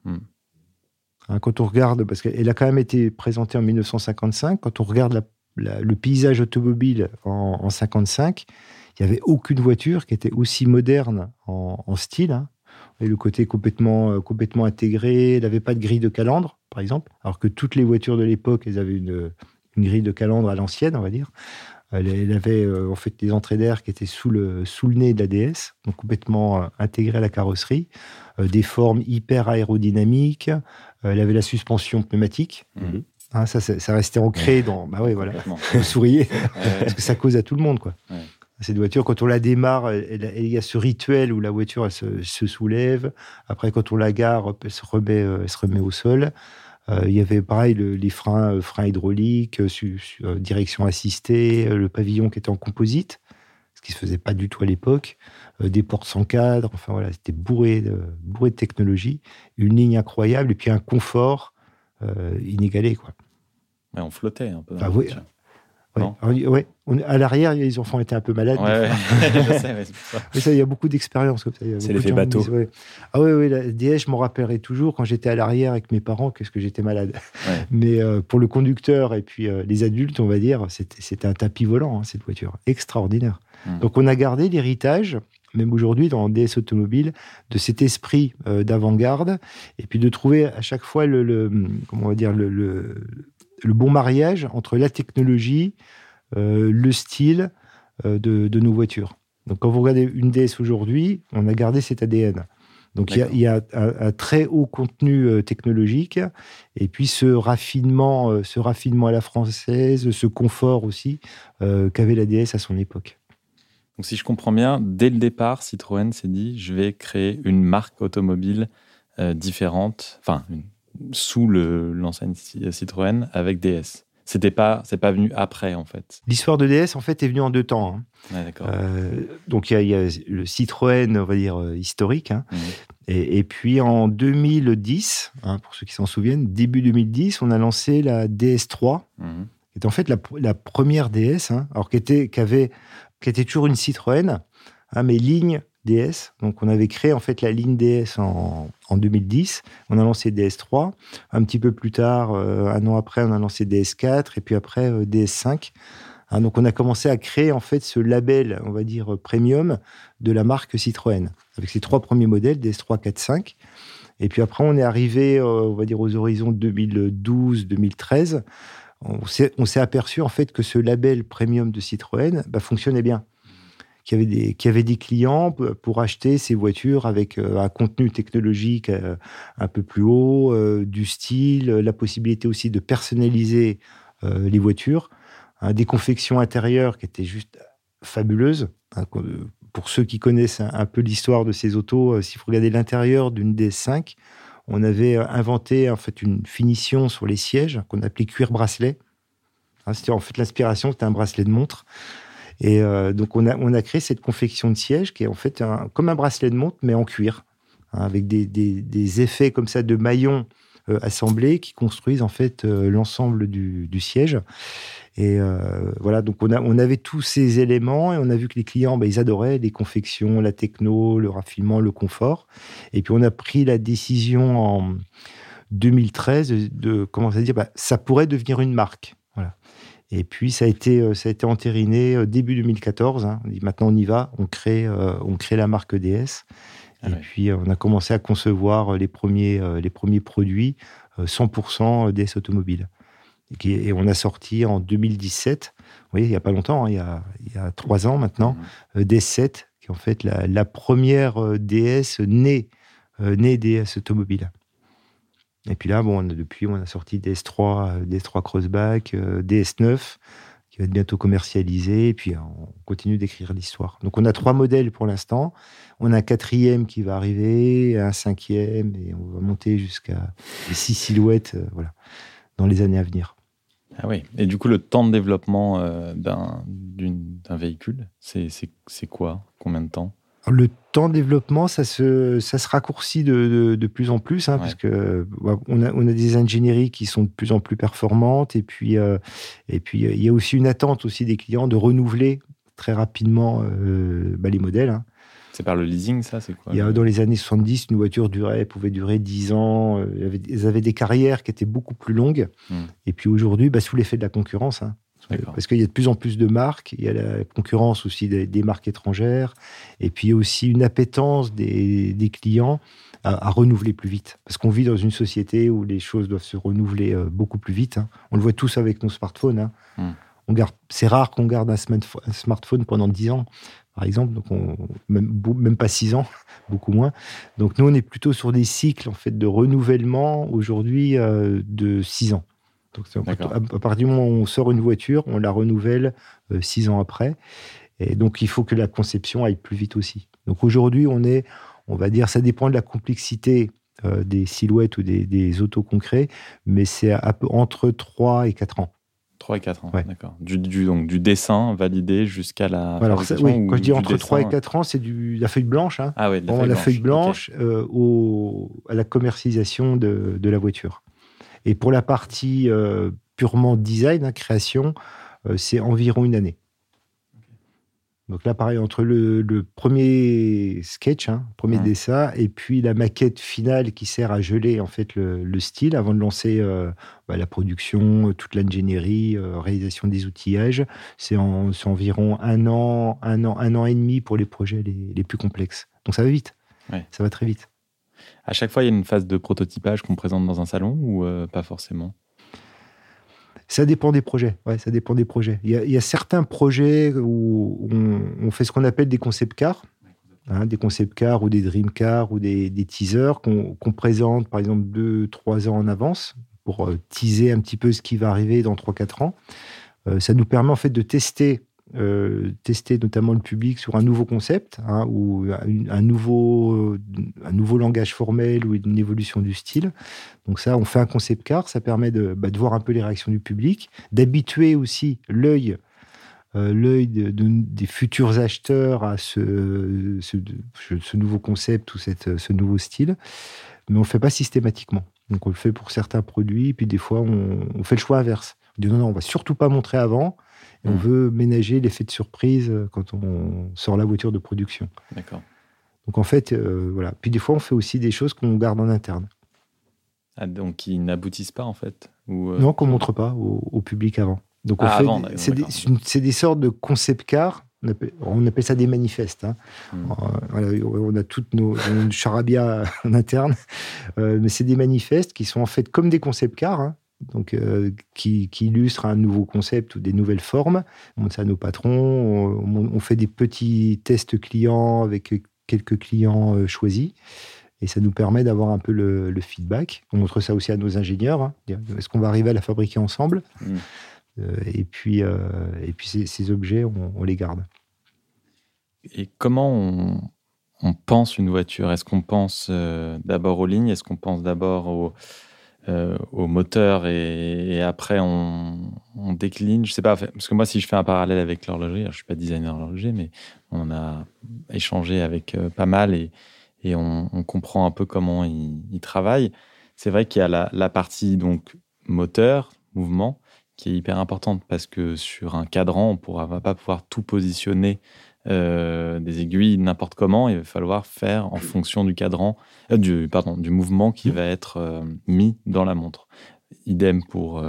Quand on regarde, parce qu'elle a quand même été présentée en 1955, quand on regarde le paysage automobile en 55, il n'y avait aucune voiture qui était aussi moderne en style. Et le côté complètement intégré, elle n'avait pas de grille de calandre, par exemple, alors que toutes les voitures de l'époque, elles avaient une grille de calandre à l'ancienne, on va dire. Elle avait en fait des entrées d'air qui étaient sous le nez de la DS, donc complètement intégrées à la carrosserie, des formes hyper aérodynamiques. Elle avait la suspension pneumatique. Ça restait ancré dans. Bah oui, voilà. Vous souriez parce que ça cause à tout le monde, quoi. Ouais. Cette voiture, quand on la démarre, il y a ce rituel où la voiture elle se soulève. Après, quand on la gare, elle se remet au sol. Il y avait pareil les freins hydrauliques, direction assistée, le pavillon qui était en composite, ce qui se faisait pas du tout à l'époque, des portes sans cadre. Enfin voilà, c'était bourré de technologie, une ligne incroyable et puis un confort inégalé, quoi. Ouais, on flottait un peu. À l'arrière, les enfants étaient un peu malades. Je sais, c'est pour ça. Mais ça, il y a beaucoup d'expériences comme ça. C'est l'effet bateau. La DS, je m'en rappellerai toujours quand j'étais à l'arrière avec mes parents, qu'est-ce que j'étais malade. Ouais. Mais pour le conducteur et puis les adultes, on va dire, c'était un tapis volant, cette voiture. Extraordinaire. Donc, on a gardé l'héritage, même aujourd'hui, dans DS Automobile, de cet esprit d'avant-garde et puis de trouver à chaque fois le bon mariage entre la technologie, le style de nos voitures. Donc, quand vous regardez une DS aujourd'hui, on a gardé cet ADN. Donc, il y a un très haut contenu technologique et puis ce raffinement à la française, ce confort aussi qu'avait la DS à son époque. Donc, si je comprends bien, dès le départ, Citroën s'est dit, je vais créer une marque automobile différente, sous l'enseigne Citroën avec DS. C'est pas venu après, en fait. L'histoire de DS, en fait, est venue en 2 temps. Ouais, d'accord. Donc, il y a le Citroën, on va dire, historique. Et puis, en 2010, pour ceux qui s'en souviennent, début 2010, on a lancé la DS3, qui est en fait la première DS, alors qui était toujours une Citroën, mais ligne DS. Donc, on avait créé en fait la ligne DS en 2010. On a lancé DS3. Un petit peu plus tard, 1 an après, on a lancé DS4 et puis après DS5. Donc, on a commencé à créer en fait ce label, on va dire premium, de la marque Citroën avec ces 3 premiers modèles DS3, 4, 5. Et puis après, on est arrivé, on va dire aux horizons 2012-2013. On s'est aperçu en fait que ce label premium de Citroën fonctionnait bien. Qu'il y avait des clients pour acheter ces voitures avec un contenu technologique un peu plus haut, du style, la possibilité aussi de personnaliser les voitures, des confections intérieures qui étaient juste fabuleuse. Pour ceux qui connaissent un peu l'histoire de ces autos, si vous regardez l'intérieur d'une DS5, on avait inventé en fait une finition sur les sièges qu'on appelait cuir bracelet. C'était en fait l'inspiration, c'était un bracelet de montre. Et donc on a créé cette confection de siège qui est en fait comme un bracelet de montre mais en cuir, avec des effets comme ça de maillons assemblés qui construisent en fait l'ensemble du siège. Et voilà, donc on avait tous ces éléments et on a vu que les clients, ils adoraient les confections, la techno, le raffinement, le confort. Et puis on a pris la décision en 2013 de commencer à dire, ça pourrait devenir une marque. Voilà. Et puis ça a été entériné début 2014. On dit, maintenant on y va, on crée la marque DS. Puis on a commencé à concevoir les premiers produits 100% DS automobile. Et on a sorti en 2017, vous voyez, il n'y a pas longtemps, il y a 3 ans maintenant, DS7, qui est en fait la première DS née DS automobile. Et puis là, depuis, on a sorti DS3 Crossback, DS9, qui va être bientôt commercialisé, et puis on continue d'écrire l'histoire. Donc on a 3 modèles pour l'instant, on a un 4e qui va arriver, un 5e, et on va monter jusqu'à 6 silhouettes dans les années à venir. Ah oui, et du coup, le temps de développement d'un véhicule, c'est quoi ? Combien de temps ? Le temps de développement, ça se raccourcit de plus en plus, parce que on a des ingénieries qui sont de plus en plus performantes, et puis il y a aussi une attente aussi des clients de renouveler très rapidement les modèles. C'est par le leasing, ça, c'est quoi ? Dans les années 70, une voiture pouvait durer 10 ans. Elles avaient des carrières qui étaient beaucoup plus longues. Et puis aujourd'hui, sous l'effet de la concurrence, parce qu'il y a de plus en plus de marques, il y a la concurrence aussi des marques étrangères, et puis il y a aussi une appétence des clients à renouveler plus vite. Parce qu'on vit dans une société où les choses doivent se renouveler beaucoup plus vite. On le voit tous avec nos smartphones. C'est rare qu'on garde un smartphone pendant 10 ans. Par exemple, donc même pas 6 ans, beaucoup moins. Donc nous, on est plutôt sur des cycles en fait de renouvellement aujourd'hui de 6 ans. Donc à partir du moment où on sort une voiture, on la renouvelle 6 ans après. Et donc il faut que la conception aille plus vite aussi. Donc aujourd'hui, on va dire, ça dépend de la complexité des silhouettes ou des autos concrets, mais c'est entre 3 et 4 ans. 3 et 4 ans, d'accord. Donc du dessin validé jusqu'à la fabrication. Oui, quand je dis entre 3 et 4 ans, c'est la feuille blanche. La feuille blanche à la commercialisation de la voiture. Et pour la partie purement design, création, c'est environ 1 année. Donc là, pareil, entre le premier sketch, premier dessin, et puis la maquette finale qui sert à geler en fait le style avant de lancer la production, toute l'ingénierie, réalisation des outillages. C'est environ un an et demi pour les projets les plus complexes. Donc ça va vite, ça va très vite. À chaque fois, il y a une phase de prototypage qu'on présente dans un salon ou pas forcément ? Ça dépend des projets. Ça dépend des projets. Il y a certains projets où on fait ce qu'on appelle des concept cars, des concept cars ou des dream cars ou des teasers qu'on présente, par exemple, 2-3 ans en avance pour teaser un petit peu ce qui va arriver dans 3-4 ans. Ça nous permet en fait de tester notamment le public sur un nouveau concept ou un nouveau langage formel ou une évolution du style. Donc ça, on fait un concept car, ça permet de voir un peu les réactions du public, d'habituer aussi l'œil des futurs acheteurs à ce nouveau concept ou ce nouveau style. Mais on ne le fait pas systématiquement. Donc on le fait pour certains produits, puis des fois on fait le choix inverse. On dit non, on ne va surtout pas montrer avant. Et on veut ménager l'effet de surprise quand on sort la voiture de production. D'accord. Donc en fait, voilà. Puis des fois, on fait aussi des choses qu'on garde en interne. Ah, donc qui n'aboutissent pas en fait Non, qu'on ne montre pas au public avant. Donc c'est des sortes de concept cars. On appelle ça des manifestes. On a toutes nos charabia en interne. Mais c'est des manifestes qui sont en fait comme des concept cars. Donc, qui illustre un nouveau concept ou des nouvelles formes. On montre ça à nos patrons, on fait des petits tests clients avec quelques clients choisis, et ça nous permet d'avoir un peu le feedback. On montre ça aussi à nos ingénieurs, est-ce qu'on va arriver à la fabriquer ensemble ? Et puis ces objets, on les garde. Et comment on pense une voiture? Est-ce qu'on pense d'abord aux lignes? Est-ce qu'on pense d'abord au moteur et après on décline? Je sais pas, parce que moi, si je fais un parallèle avec l'horlogerie, alors je suis pas designer horloger, mais on a échangé avec pas mal et on comprend un peu comment ils travaillent. C'est vrai qu'il y a la partie donc moteur, mouvement, qui est hyper importante parce que sur un cadran, va pas pouvoir tout positionner des aiguilles n'importe comment. Il va falloir faire en fonction du cadran, du mouvement qui va être mis dans la montre. Idem pour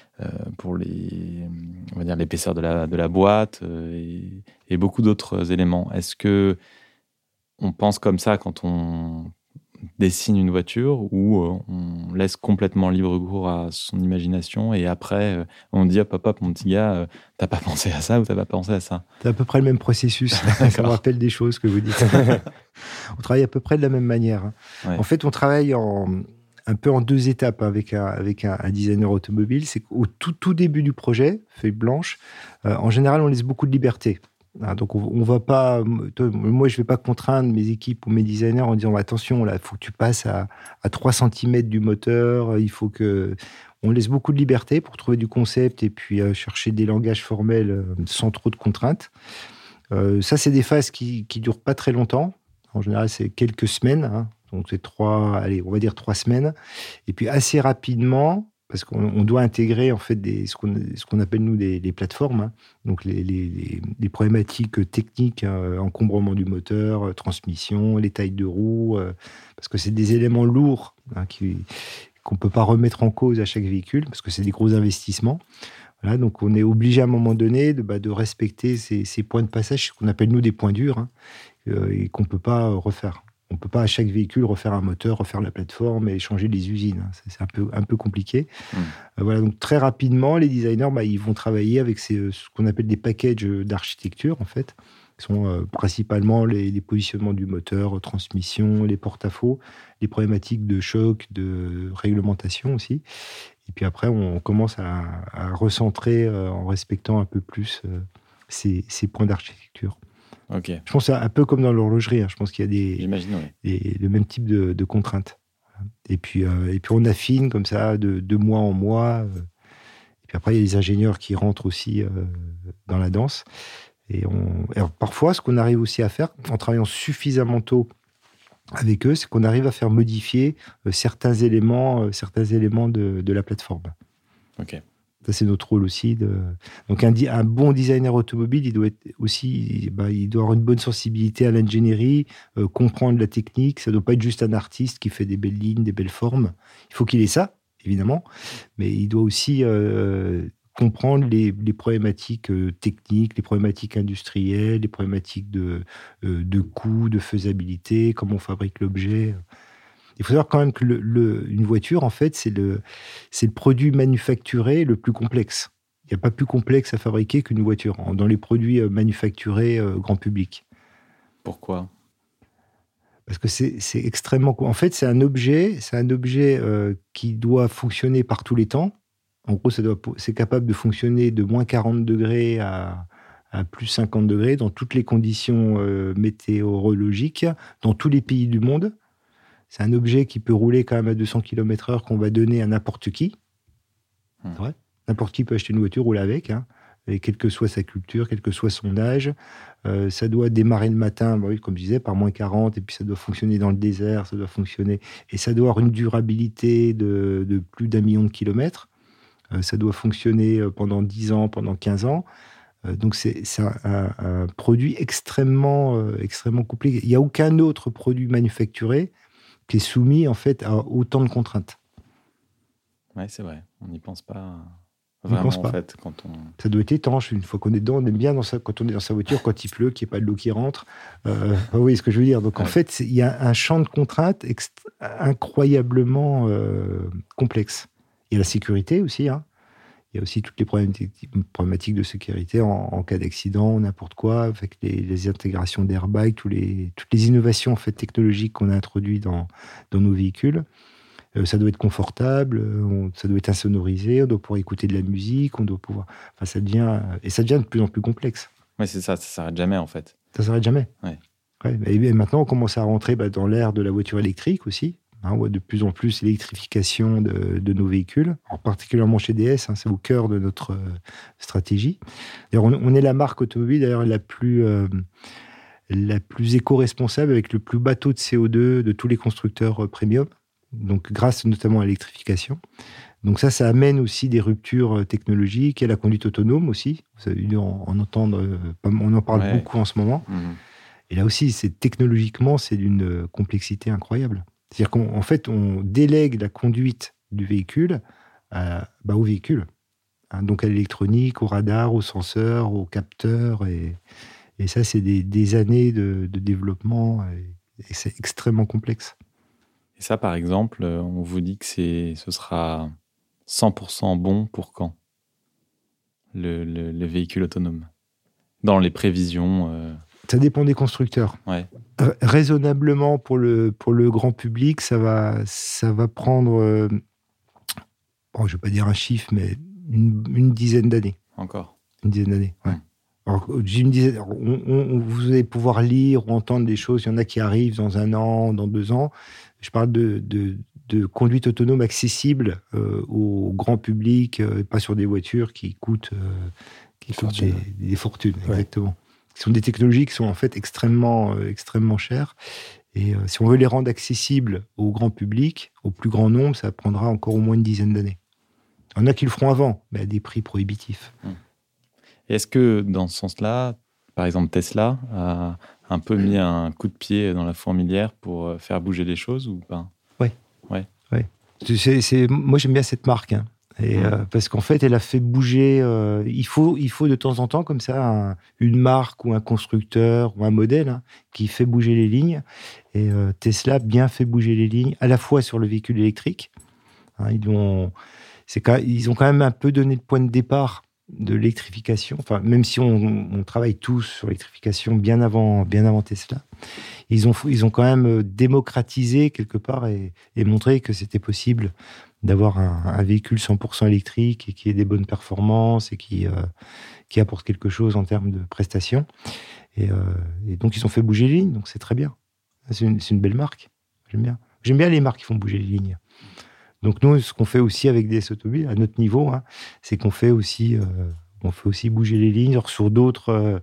on va dire l'épaisseur de la boîte et beaucoup d'autres éléments. Est-ce que on pense comme ça quand on dessine une voiture ou on laisse complètement libre cours à son imagination et après on dit hop mon petit gars, t'as pas pensé à ça ou t'as pas pensé à ça? C'est à peu près le même processus. Ça me rappelle des choses que vous dites. On travaille à peu près de la même manière. Ouais. En fait, on travaille un peu en 2 étapes avec un designer automobile. C'est qu'au tout début du projet, feuille blanche, en général, on laisse beaucoup de liberté. Donc, on va pas. Moi, je vais pas contraindre mes équipes ou mes designers en disant attention, là, il faut que tu passes à 3 cm du moteur. Il faut que. On laisse beaucoup de liberté pour trouver du concept et puis chercher des langages formels sans trop de contraintes. Ça, c'est des phases qui durent pas très longtemps. En général, c'est quelques semaines. Hein. Donc, c'est on va dire 3 semaines. Et puis, assez rapidement, parce qu'on doit intégrer en fait ce qu'on appelle nous des plateformes, hein. Donc les problématiques techniques, encombrement du moteur, transmission, les tailles de roues, parce que c'est des éléments lourds hein, qu'on peut pas remettre en cause à chaque véhicule, parce que c'est des gros investissements. Voilà, donc on est obligé à un moment donné de respecter ces points de passage, ce qu'on appelle nous des points durs, hein, et qu'on peut pas refaire. On ne peut pas à chaque véhicule refaire un moteur, refaire la plateforme et changer les usines. C'est un peu compliqué. Voilà, donc très rapidement, les designers, ils vont travailler avec ce qu'on appelle des packages d'architecture, en fait, qui sont principalement les positionnements du moteur, transmission, les porte-à-faux, les problématiques de choc, de réglementation aussi. Et puis après, on commence à recentrer en respectant un peu plus ces points d'architecture. Okay. Je pense que c'est un peu comme dans l'horlogerie. Hein. Je pense qu'il y a le même type de contraintes. Et puis on affine comme ça de mois en mois. Et puis après, il y a les ingénieurs qui rentrent aussi dans la danse. Alors, parfois, ce qu'on arrive aussi à faire, en travaillant suffisamment tôt avec eux, c'est qu'on arrive à faire modifier certains éléments de la plateforme. Ok. Ça, c'est notre rôle aussi. Donc, un bon designer automobile, il doit avoir une bonne sensibilité à l'ingénierie, comprendre la technique. Ça ne doit pas être juste un artiste qui fait des belles lignes, des belles formes. Il faut qu'il ait ça, évidemment. Mais il doit aussi comprendre les problématiques techniques, les problématiques industrielles, les problématiques de coût, de faisabilité, comment on fabrique l'objet. Il faut savoir quand même que une voiture, en fait, c'est le produit manufacturé le plus complexe. Il n'y a pas plus complexe à fabriquer qu'une voiture dans les produits manufacturés grand public. Pourquoi ? Parce que c'est extrêmement... En fait, c'est un objet qui doit fonctionner par tous les temps. En gros, c'est capable de fonctionner de moins 40 degrés à plus 50 degrés dans toutes les conditions météorologiques, dans tous les pays du monde. C'est un objet qui peut rouler quand même à 200 km/h qu'on va donner à n'importe qui. C'est vrai. N'importe qui peut acheter une voiture, rouler avec, hein, et quelle que soit sa culture, quel que soit son âge. Ça doit démarrer le matin, comme je disais, par moins 40, et puis ça doit fonctionner dans le désert, ça doit fonctionner, et ça doit avoir une durabilité de plus d'1 million de kilomètres. Ça doit fonctionner pendant 10 ans, pendant 15 ans. Donc c'est un produit extrêmement compliqué. Il n'y a aucun autre produit manufacturé qui est soumis en fait à autant de contraintes. Oui, c'est vrai. On n'y pense pas vraiment. En fait, ça doit être étanche. Une fois qu'on est dedans, on aime bien quand on est dans sa voiture, quand il pleut, qu'il n'y ait pas de l'eau qui rentre. Vous voyez ce que je veux dire. Donc en fait, il y a un champ de contraintes incroyablement complexe. Il y a la sécurité aussi. Hein. Il y a aussi toutes les problématiques de sécurité en cas d'accident, n'importe quoi, avec les intégrations d'airbags, toutes les innovations en fait, technologiques qu'on a introduites dans nos véhicules. Ça doit être confortable, ça doit être insonorisé, on doit pouvoir écouter de la musique, on doit pouvoir... Enfin, ça devient de plus en plus complexe. Oui, c'est ça, ça ne s'arrête jamais en fait. Ça s'arrête jamais. Ouais. Ouais, et maintenant, on commence à rentrer dans l'ère de la voiture électrique aussi. On voit de plus en plus l'électrification de nos véhicules, particulièrement chez DS, c'est au cœur de notre stratégie. D'ailleurs, on est la marque automobile d'ailleurs la plus éco-responsable, avec le plus bas taux de CO2 de tous les constructeurs premium, donc grâce notamment à l'électrification. Donc ça amène aussi des ruptures technologiques. Il y a la conduite autonome aussi. Vous avez dû en entendre, on en parle beaucoup en ce moment. Et là aussi, technologiquement, c'est d'une complexité incroyable. C'est-à-dire qu'en fait, on délègue la conduite du véhicule au véhicule. Donc à l'électronique, au radar, au senseur, au capteur. Et ça, c'est des années de développement. Et c'est extrêmement complexe. Et ça, par exemple, on vous dit que ce sera 100% bon pour quand le véhicule autonome? Dans les prévisions Ça dépend des constructeurs. Ouais. Raisonnablement, pour le grand public, ça va prendre, je ne vais pas dire un chiffre, mais une dizaine d'années. Encore. Une dizaine d'années, ouais. Alors, vous allez pouvoir lire ou entendre des choses. Il y en a qui arrivent dans 1 an, dans 2 ans. Je parle de conduite autonome accessible au grand public, pas sur des voitures qui coûtent des fortunes. Ouais. Exactement. Ce sont des technologies qui sont en fait extrêmement chères. Et si on veut les rendre accessibles au grand public, au plus grand nombre, ça prendra encore au moins une dizaine d'années. Il y en a qui le feront avant, mais à des prix prohibitifs. Et est-ce que, dans ce sens-là, par exemple, Tesla a un peu mis un coup de pied dans la fourmilière pour faire bouger les choses ou pas? Oui. Moi, j'aime bien cette marque. Parce qu'en fait, elle a fait bouger... il faut de temps en temps, comme ça, une marque ou un constructeur ou un modèle qui fait bouger les lignes. Et Tesla a bien fait bouger les lignes, à la fois sur le véhicule électrique. Ils ont quand même un peu donné le point de départ de l'électrification. Enfin, même si on travaille tous sur l'électrification bien avant Tesla, ils ont quand même démocratisé quelque part et montré que c'était possible d'avoir un véhicule 100% électrique et qui ait des bonnes performances et qui apporte quelque chose en termes de prestations. Et donc, ils ont fait bouger les lignes, donc c'est très bien. C'est une belle marque. J'aime bien. J'aime bien les marques qui font bouger les lignes. Donc, nous, ce qu'on fait aussi avec DS Automobiles, à notre niveau, c'est qu'on fait aussi bouger les lignes sur d'autres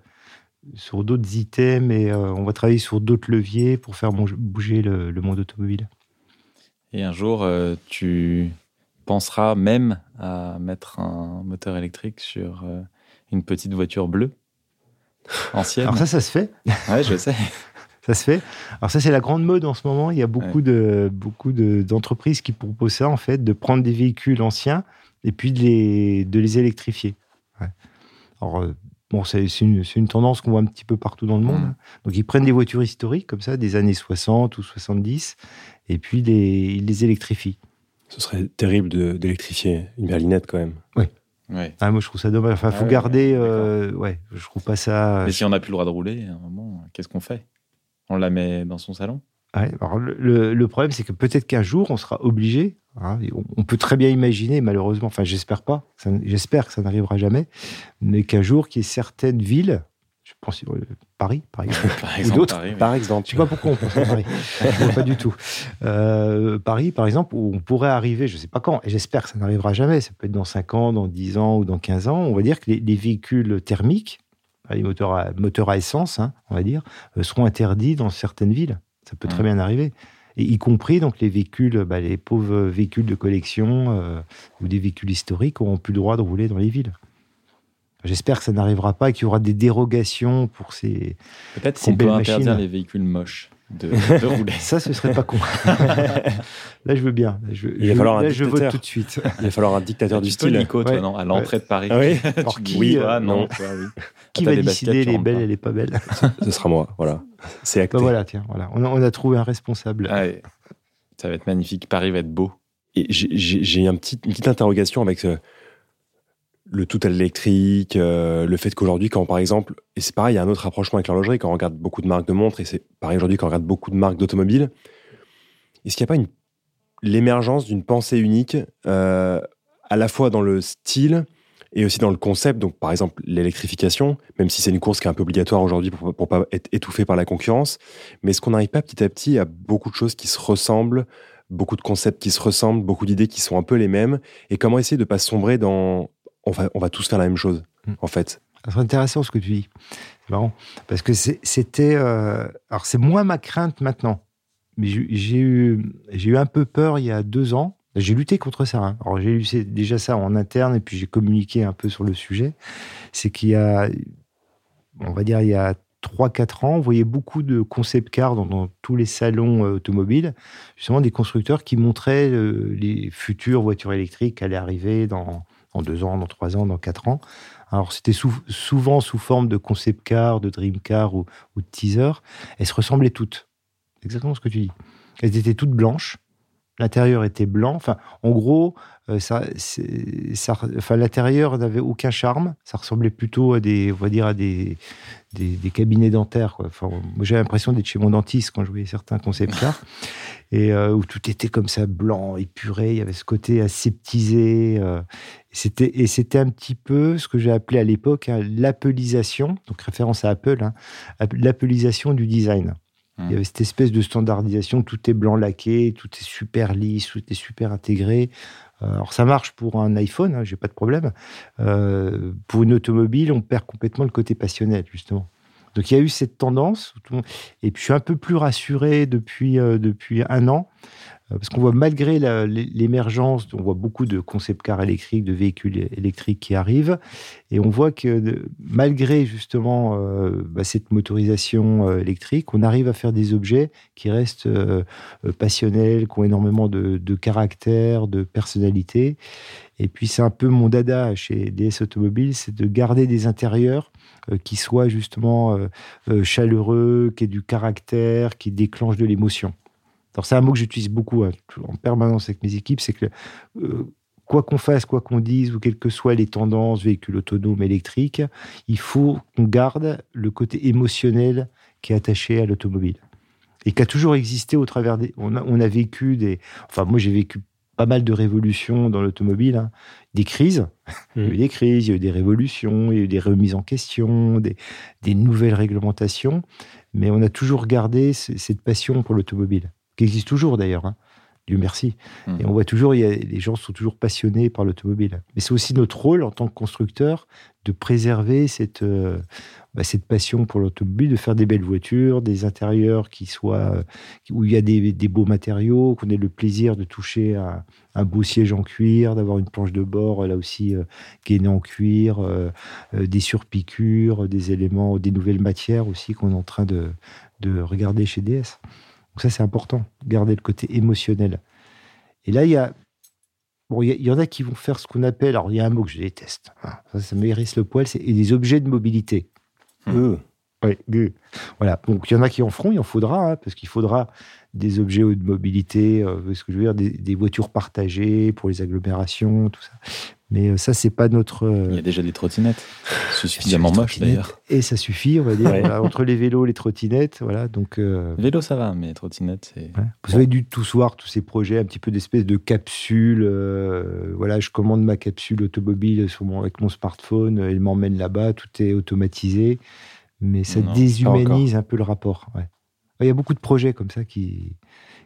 items et on va travailler sur d'autres leviers pour faire bouger le monde automobile. Et un jour, tu penseras même à mettre un moteur électrique sur une petite voiture bleue ancienne. Alors ça se fait. Ouais, je sais. Ça se fait. Alors ça, c'est la grande mode en ce moment. Il y a beaucoup d'entreprises qui proposent ça, en fait, de prendre des véhicules anciens et puis de les électrifier. Ouais. Alors, c'est une tendance qu'on voit un petit peu partout dans le monde. Donc, ils prennent des voitures historiques, comme ça, des années 60 ou 70, et puis ils les électrifient. Ce serait terrible d'électrifier une berlinette, quand même. Oui. Ouais. Moi, je trouve ça dommage. Enfin, il faut garder... je trouve pas ça... Mais si on n'a plus le droit de rouler, à un moment, qu'est-ce qu'on fait? On la met dans son salon? Ouais, alors le problème, c'est que peut-être qu'un jour, on sera obligé. On peut très bien imaginer, malheureusement, enfin, j'espère que ça n'arrivera jamais, mais qu'un jour, qu'il y ait certaines villes, je pense Paris, par exemple, ou d'autres, Paris, oui. par exemple. Je ne sais pas pourquoi on pense à Paris. Je ne vois pas du tout. Paris, par exemple, où on pourrait arriver, je ne sais pas quand, et j'espère que ça n'arrivera jamais, ça peut être dans 5 ans, dans 10 ans ou dans 15 ans, on va dire que les véhicules thermiques, les moteurs à essence, on va dire, seront interdits dans certaines villes. Ça peut très bien arriver. Et y compris donc les véhicules, les pauvres véhicules de collection ou des véhicules historiques n'auront plus le droit de rouler dans les villes. J'espère que ça n'arrivera pas et qu'il y aura des dérogations pour ces peut-être qu'on peut interdire les véhicules moches de rouler. Ça, ce serait pas con. Là, je veux bien. Je vote tout de suite. Il va falloir un dictateur du style. Nico, toi, non, à l'entrée de Paris. Ah oui. Alors, non. Qui va décider elle est belle, elle est pas belle? Ce sera moi, voilà. C'est acté. Voilà. On a trouvé un responsable. Ouais. Ça va être magnifique. Paris va être beau. Et j'ai une petite interrogation avec le tout à l'électrique, le fait qu'aujourd'hui, quand par exemple, et c'est pareil, il y a un autre rapprochement avec l'horlogerie, quand on regarde beaucoup de marques de montres, et c'est pareil aujourd'hui quand on regarde beaucoup de marques d'automobiles, est-ce qu'il n'y a pas l'émergence d'une pensée unique, à la fois dans le style et aussi dans le concept. Donc, par exemple, l'électrification, même si c'est une course qui est un peu obligatoire aujourd'hui pour pas être étouffé par la concurrence. Mais est-ce qu'on n'arrive pas petit à petit à beaucoup de choses qui se ressemblent, beaucoup de concepts qui se ressemblent, beaucoup d'idées qui sont un peu les mêmes, et comment essayer de ne pas sombrer dans on va tous faire la même chose, en fait. C'est intéressant ce que tu dis. C'est marrant. Parce que c'était... alors, c'est moins ma crainte maintenant. Mais j'ai eu un peu peur il y a 2 ans. J'ai lutté contre ça. Hein. Alors, j'ai lu déjà ça en interne et puis j'ai communiqué un peu sur le sujet. C'est qu'il y a, on va dire, il y a 3-4 ans, on voyait beaucoup de concept cars dans tous les salons automobiles, justement des constructeurs qui montraient les futures voitures électriques qui allaient arriver dans 2 ans, dans 3 ans, dans 4 ans. Alors, c'était souvent sous forme de concept car, de dream car ou de teaser. Elles se ressemblaient toutes. C'est exactement ce que tu dis. Elles étaient toutes blanches. L'intérieur était blanc. Enfin, en gros, l'intérieur n'avait aucun charme. Ça ressemblait plutôt à des cabinets dentaires, quoi. Enfin, moi, j'avais l'impression d'être chez mon dentiste quand je voyais certains concept cars. Et où tout était comme ça, blanc, épuré. Il y avait ce côté aseptisé. C'était un petit peu ce que j'ai appelé à l'époque l'appelisation, donc référence à Apple, hein, l'appelisation du design. Il y avait cette espèce de standardisation, tout est blanc laqué, tout est super lisse, tout est super intégré. Alors ça marche pour un iPhone, hein, j'ai pas de problème. Pour une automobile, on perd complètement le côté passionnel, justement. Donc il y a eu cette tendance, et puis je suis un peu plus rassuré depuis 1 an, parce qu'on voit malgré l'émergence, on voit beaucoup de concept cars électriques, de véhicules électriques qui arrivent, et on voit que malgré justement cette motorisation électrique, on arrive à faire des objets qui restent passionnels, qui ont énormément de caractère, de personnalité. Et puis c'est un peu mon dada chez DS Automobiles, c'est de garder des intérieurs qui soient justement chaleureux, qui aient du caractère, qui déclenchent de l'émotion. Alors c'est un mot que j'utilise beaucoup en permanence avec mes équipes, c'est que quoi qu'on fasse, quoi qu'on dise, ou quelles que soient les tendances, véhicules autonomes, électriques, il faut qu'on garde le côté émotionnel qui est attaché à l'automobile. Et qui a toujours existé au travers des... On a vécu des... Enfin, moi, j'ai vécu pas mal de révolutions dans l'automobile, hein. Des crises. Il y a eu des crises, il y a eu des révolutions, il y a eu des remises en question, des nouvelles réglementations. Mais on a toujours gardé cette passion pour l'automobile, qui existe toujours d'ailleurs, hein. Dieu merci. Et on voit toujours, les gens sont toujours passionnés par l'automobile. Mais c'est aussi notre rôle en tant que constructeur de préserver cette passion pour l'automobile, de faire des belles voitures, des intérieurs où il y a des beaux matériaux, qu'on ait le plaisir de toucher un beau siège en cuir, d'avoir une planche de bord, là aussi, gainée en cuir, des surpiqûres, des éléments, des nouvelles matières aussi qu'on est en train de regarder chez DS. Donc ça, c'est important, garder le côté émotionnel. Et là, il y en a qui vont faire ce qu'on appelle, alors il y a un mot que je déteste, hein, ça me hérisse le poil, c'est des objets de mobilité. Oui, voilà. Donc il y en a qui en feront, il en faudra, hein, parce qu'il faudra des objets de mobilité, ce que je veux dire, des voitures partagées pour les agglomérations, tout ça. Mais ça, c'est pas notre... Il y a déjà des trottinettes. C'est suffisamment moche, d'ailleurs. Et ça suffit, on va dire, voilà, entre les vélos, les trottinettes, voilà. Donc, vélo, ça va, mais trottinette, c'est... Ouais. Vous avez dû tous voir tous ces projets, un petit peu d'espèces de capsules. Voilà, je commande ma capsule automobile avec mon smartphone, elle m'emmène là-bas, tout est automatisé. Mais ça déshumanise un peu le rapport. Ouais. Il y a beaucoup de projets comme ça qui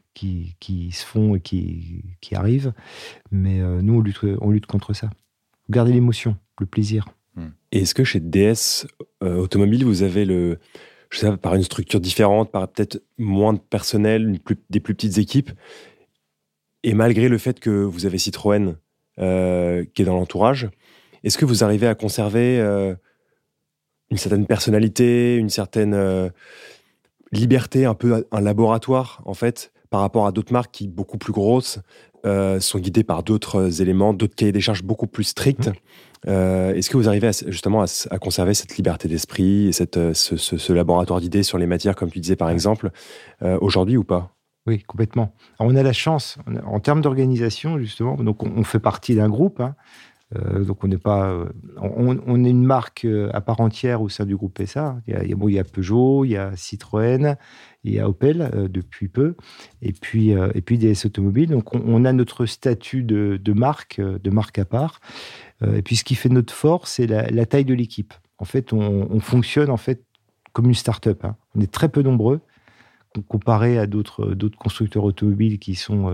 se font et qui arrivent. Mais nous, on lutte contre ça. Garder l'émotion, le plaisir. Et est-ce que chez DS Automobile, vous avez je sais pas, par une structure différente, par peut-être moins de personnel, des plus petites équipes, et malgré le fait que vous avez Citroën qui est dans l'entourage, est-ce que vous arrivez à conserver une certaine personnalité, une certaine liberté, un peu un laboratoire, en fait, par rapport à d'autres marques qui, beaucoup plus grosses, sont guidées par d'autres éléments, d'autres cahiers des charges beaucoup plus stricts. Est-ce que vous arrivez justement à conserver cette liberté d'esprit et ce laboratoire d'idées sur les matières, comme tu disais par exemple, aujourd'hui ou pas ? Oui, complètement. Alors, on a la chance, en termes d'organisation, justement, donc on fait partie d'un groupe, hein. Donc on n'est pas, on est une marque à part entière au sein du groupe PSA. Il y a Peugeot, il y a Citroën, il y a Opel depuis peu, et puis DS Automobiles. Donc on a notre statut de marque à part. Et puis ce qui fait notre force, c'est la taille de l'équipe. En fait, on fonctionne en fait comme une start-up. Hein. On est très peu nombreux comparé à d'autres constructeurs automobiles qui sont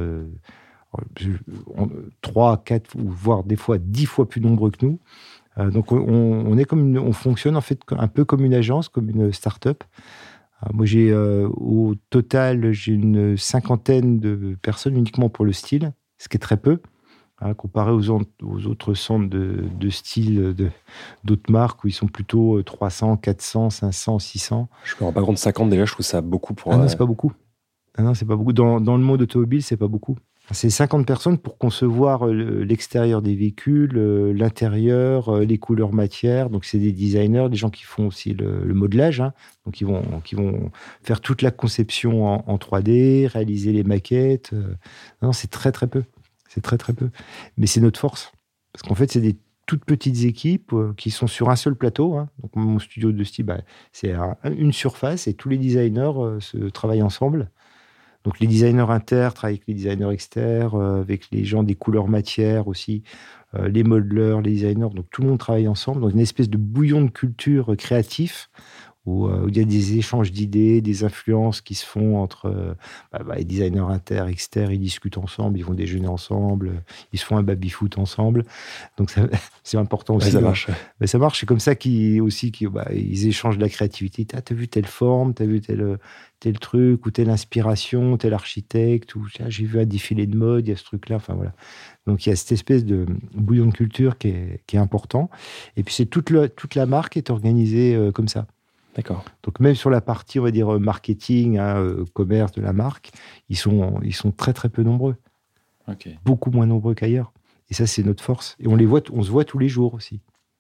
3, 4 ou voire des fois 10 fois plus nombreux que nous. Donc on fonctionne en fait un peu comme une agence, comme une start-up. Moi au total j'ai une 50aine de personnes uniquement pour le style, ce qui est très peu. Comparé aux autres centres de style d'autres marques où ils sont plutôt 300, 400, 500, 600. Je me rends pas compte, 50 déjà, je trouve ça beaucoup pour... Non, c'est pas beaucoup. Non, c'est pas beaucoup. Dans le monde automobile, c'est pas beaucoup. C'est 50 personnes pour concevoir l'extérieur des véhicules, l'intérieur, les couleurs matières. Donc, c'est des designers, des gens qui font aussi le modelage. Hein. Donc, qui vont faire toute la conception en 3D, réaliser les maquettes. Non, c'est très, très peu. C'est très, très peu. Mais c'est notre force. Parce qu'en fait, c'est des toutes petites équipes qui sont sur un seul plateau. Hein. Donc, mon studio de style, c'est une surface et tous les designers se travaillent ensemble. Donc, les designers inter travaillent avec les designers externes, avec les gens des couleurs matières aussi, les modeleurs, les designers. Donc, tout le monde travaille ensemble. Donc, une espèce de bouillon de culture créatif où il y a des échanges d'idées, des influences qui se font entre les designers inter, externes, ils discutent ensemble, ils vont déjeuner ensemble, ils se font un baby-foot ensemble. Donc, c'est important aussi. Ouais, ça marche. Mais ça marche, c'est comme ça qu'ils échangent de la créativité. T'as vu telle forme, t'as vu tel truc, ou telle inspiration, tel architecte, ou j'ai vu un défilé de mode, il y a ce truc-là, enfin voilà. Donc il y a cette espèce de bouillon de culture qui est important. Et puis c'est toute la marque est organisée comme ça. D'accord. Donc même sur la partie, on va dire, marketing, commerce de la marque, ils sont très très peu nombreux. Okay. Beaucoup moins nombreux qu'ailleurs. Et ça, c'est notre force. Et on se voit tous les jours aussi.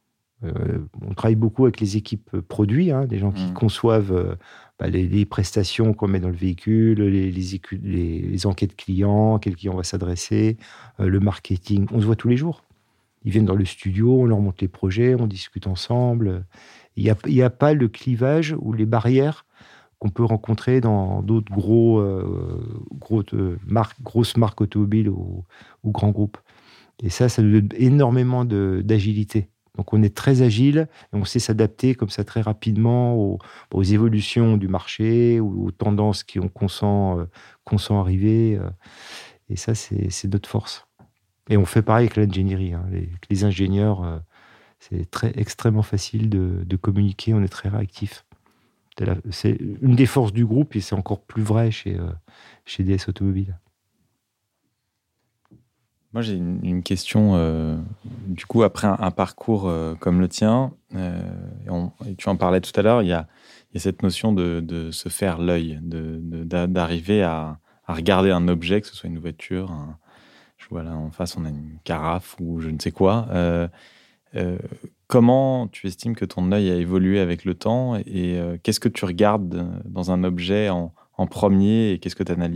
On travaille beaucoup avec les équipes produits, hein, des gens qui conçoivent les prestations qu'on met dans le véhicule, les enquêtes clients, quel client va s'adresser, le marketing. On se voit tous les jours. Ils viennent dans le studio, on leur montre les projets, on discute ensemble. Il n'y a pas le clivage ou les barrières qu'on peut rencontrer dans d'autres grosses marques automobiles ou grands groupes. Et ça nous donne énormément d'agilité. Donc on est très agile et on sait s'adapter comme ça très rapidement aux évolutions du marché ou aux tendances qu'on sent arriver. Et ça, c'est notre force. Et on fait pareil avec l'ingénierie. Hein. Avec les ingénieurs, c'est extrêmement facile de communiquer. On est très réactif. C'est une des forces du groupe et c'est encore plus vrai chez DS Automobile. Moi, j'ai une question. Du coup, après un parcours comme le tien, et tu en parlais tout à l'heure, il y a cette notion de se faire l'œil, d'arriver à regarder un objet, que ce soit une voiture, je vois là en face, on a une carafe ou je ne sais quoi. Comment tu estimes que ton œil a évolué avec le temps et qu'est-ce que tu regardes dans un objet en premier et qu'est-ce que tu analyses ?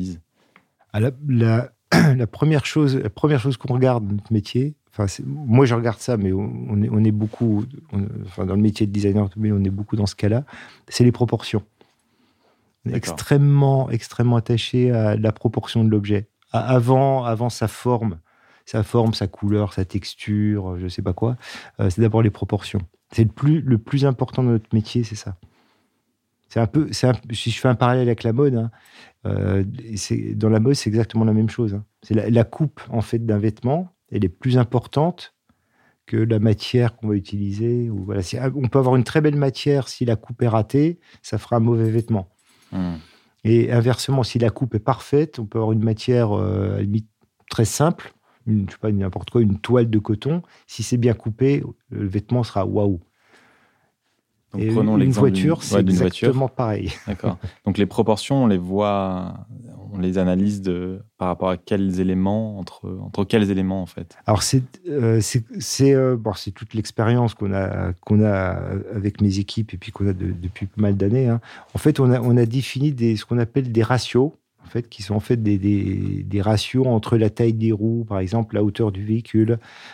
La première chose qu'on regarde dans notre métier, moi je regarde ça, mais on est beaucoup, dans le métier de designer automobile, on est beaucoup dans ce cas-là, c'est les proportions. On est extrêmement, extrêmement attaché à la proportion de l'objet. Avant sa forme, sa couleur, sa texture, je ne sais pas quoi, c'est d'abord les proportions. C'est le plus important de notre métier, c'est ça. Si je fais un parallèle avec la mode, hein, dans la mode, c'est exactement la même chose. Hein. C'est la coupe en fait d'un vêtement, elle est plus importante que la matière qu'on va utiliser. Ou voilà, on peut avoir une très belle matière, si la coupe est ratée, ça fera un mauvais vêtement. Et inversement, si la coupe est parfaite, on peut avoir une matière à la limite très simple, n'importe quoi, une toile de coton. Si c'est bien coupé, le vêtement sera waouh. Donc, prenons l'exemple voiture, c'est exactement pareil. D'accord. Donc les proportions, on les voit, on les analyse par rapport à quels éléments, entre quels éléments en fait. Alors c'est toute l'expérience qu'on a avec mes équipes et puis qu'on a depuis pas mal d'années. Hein. En fait, on a défini ce qu'on appelle des ratios. en fait, qui sont en fait des ratios entre la taille des roues, par exemple, la hauteur du véhicule.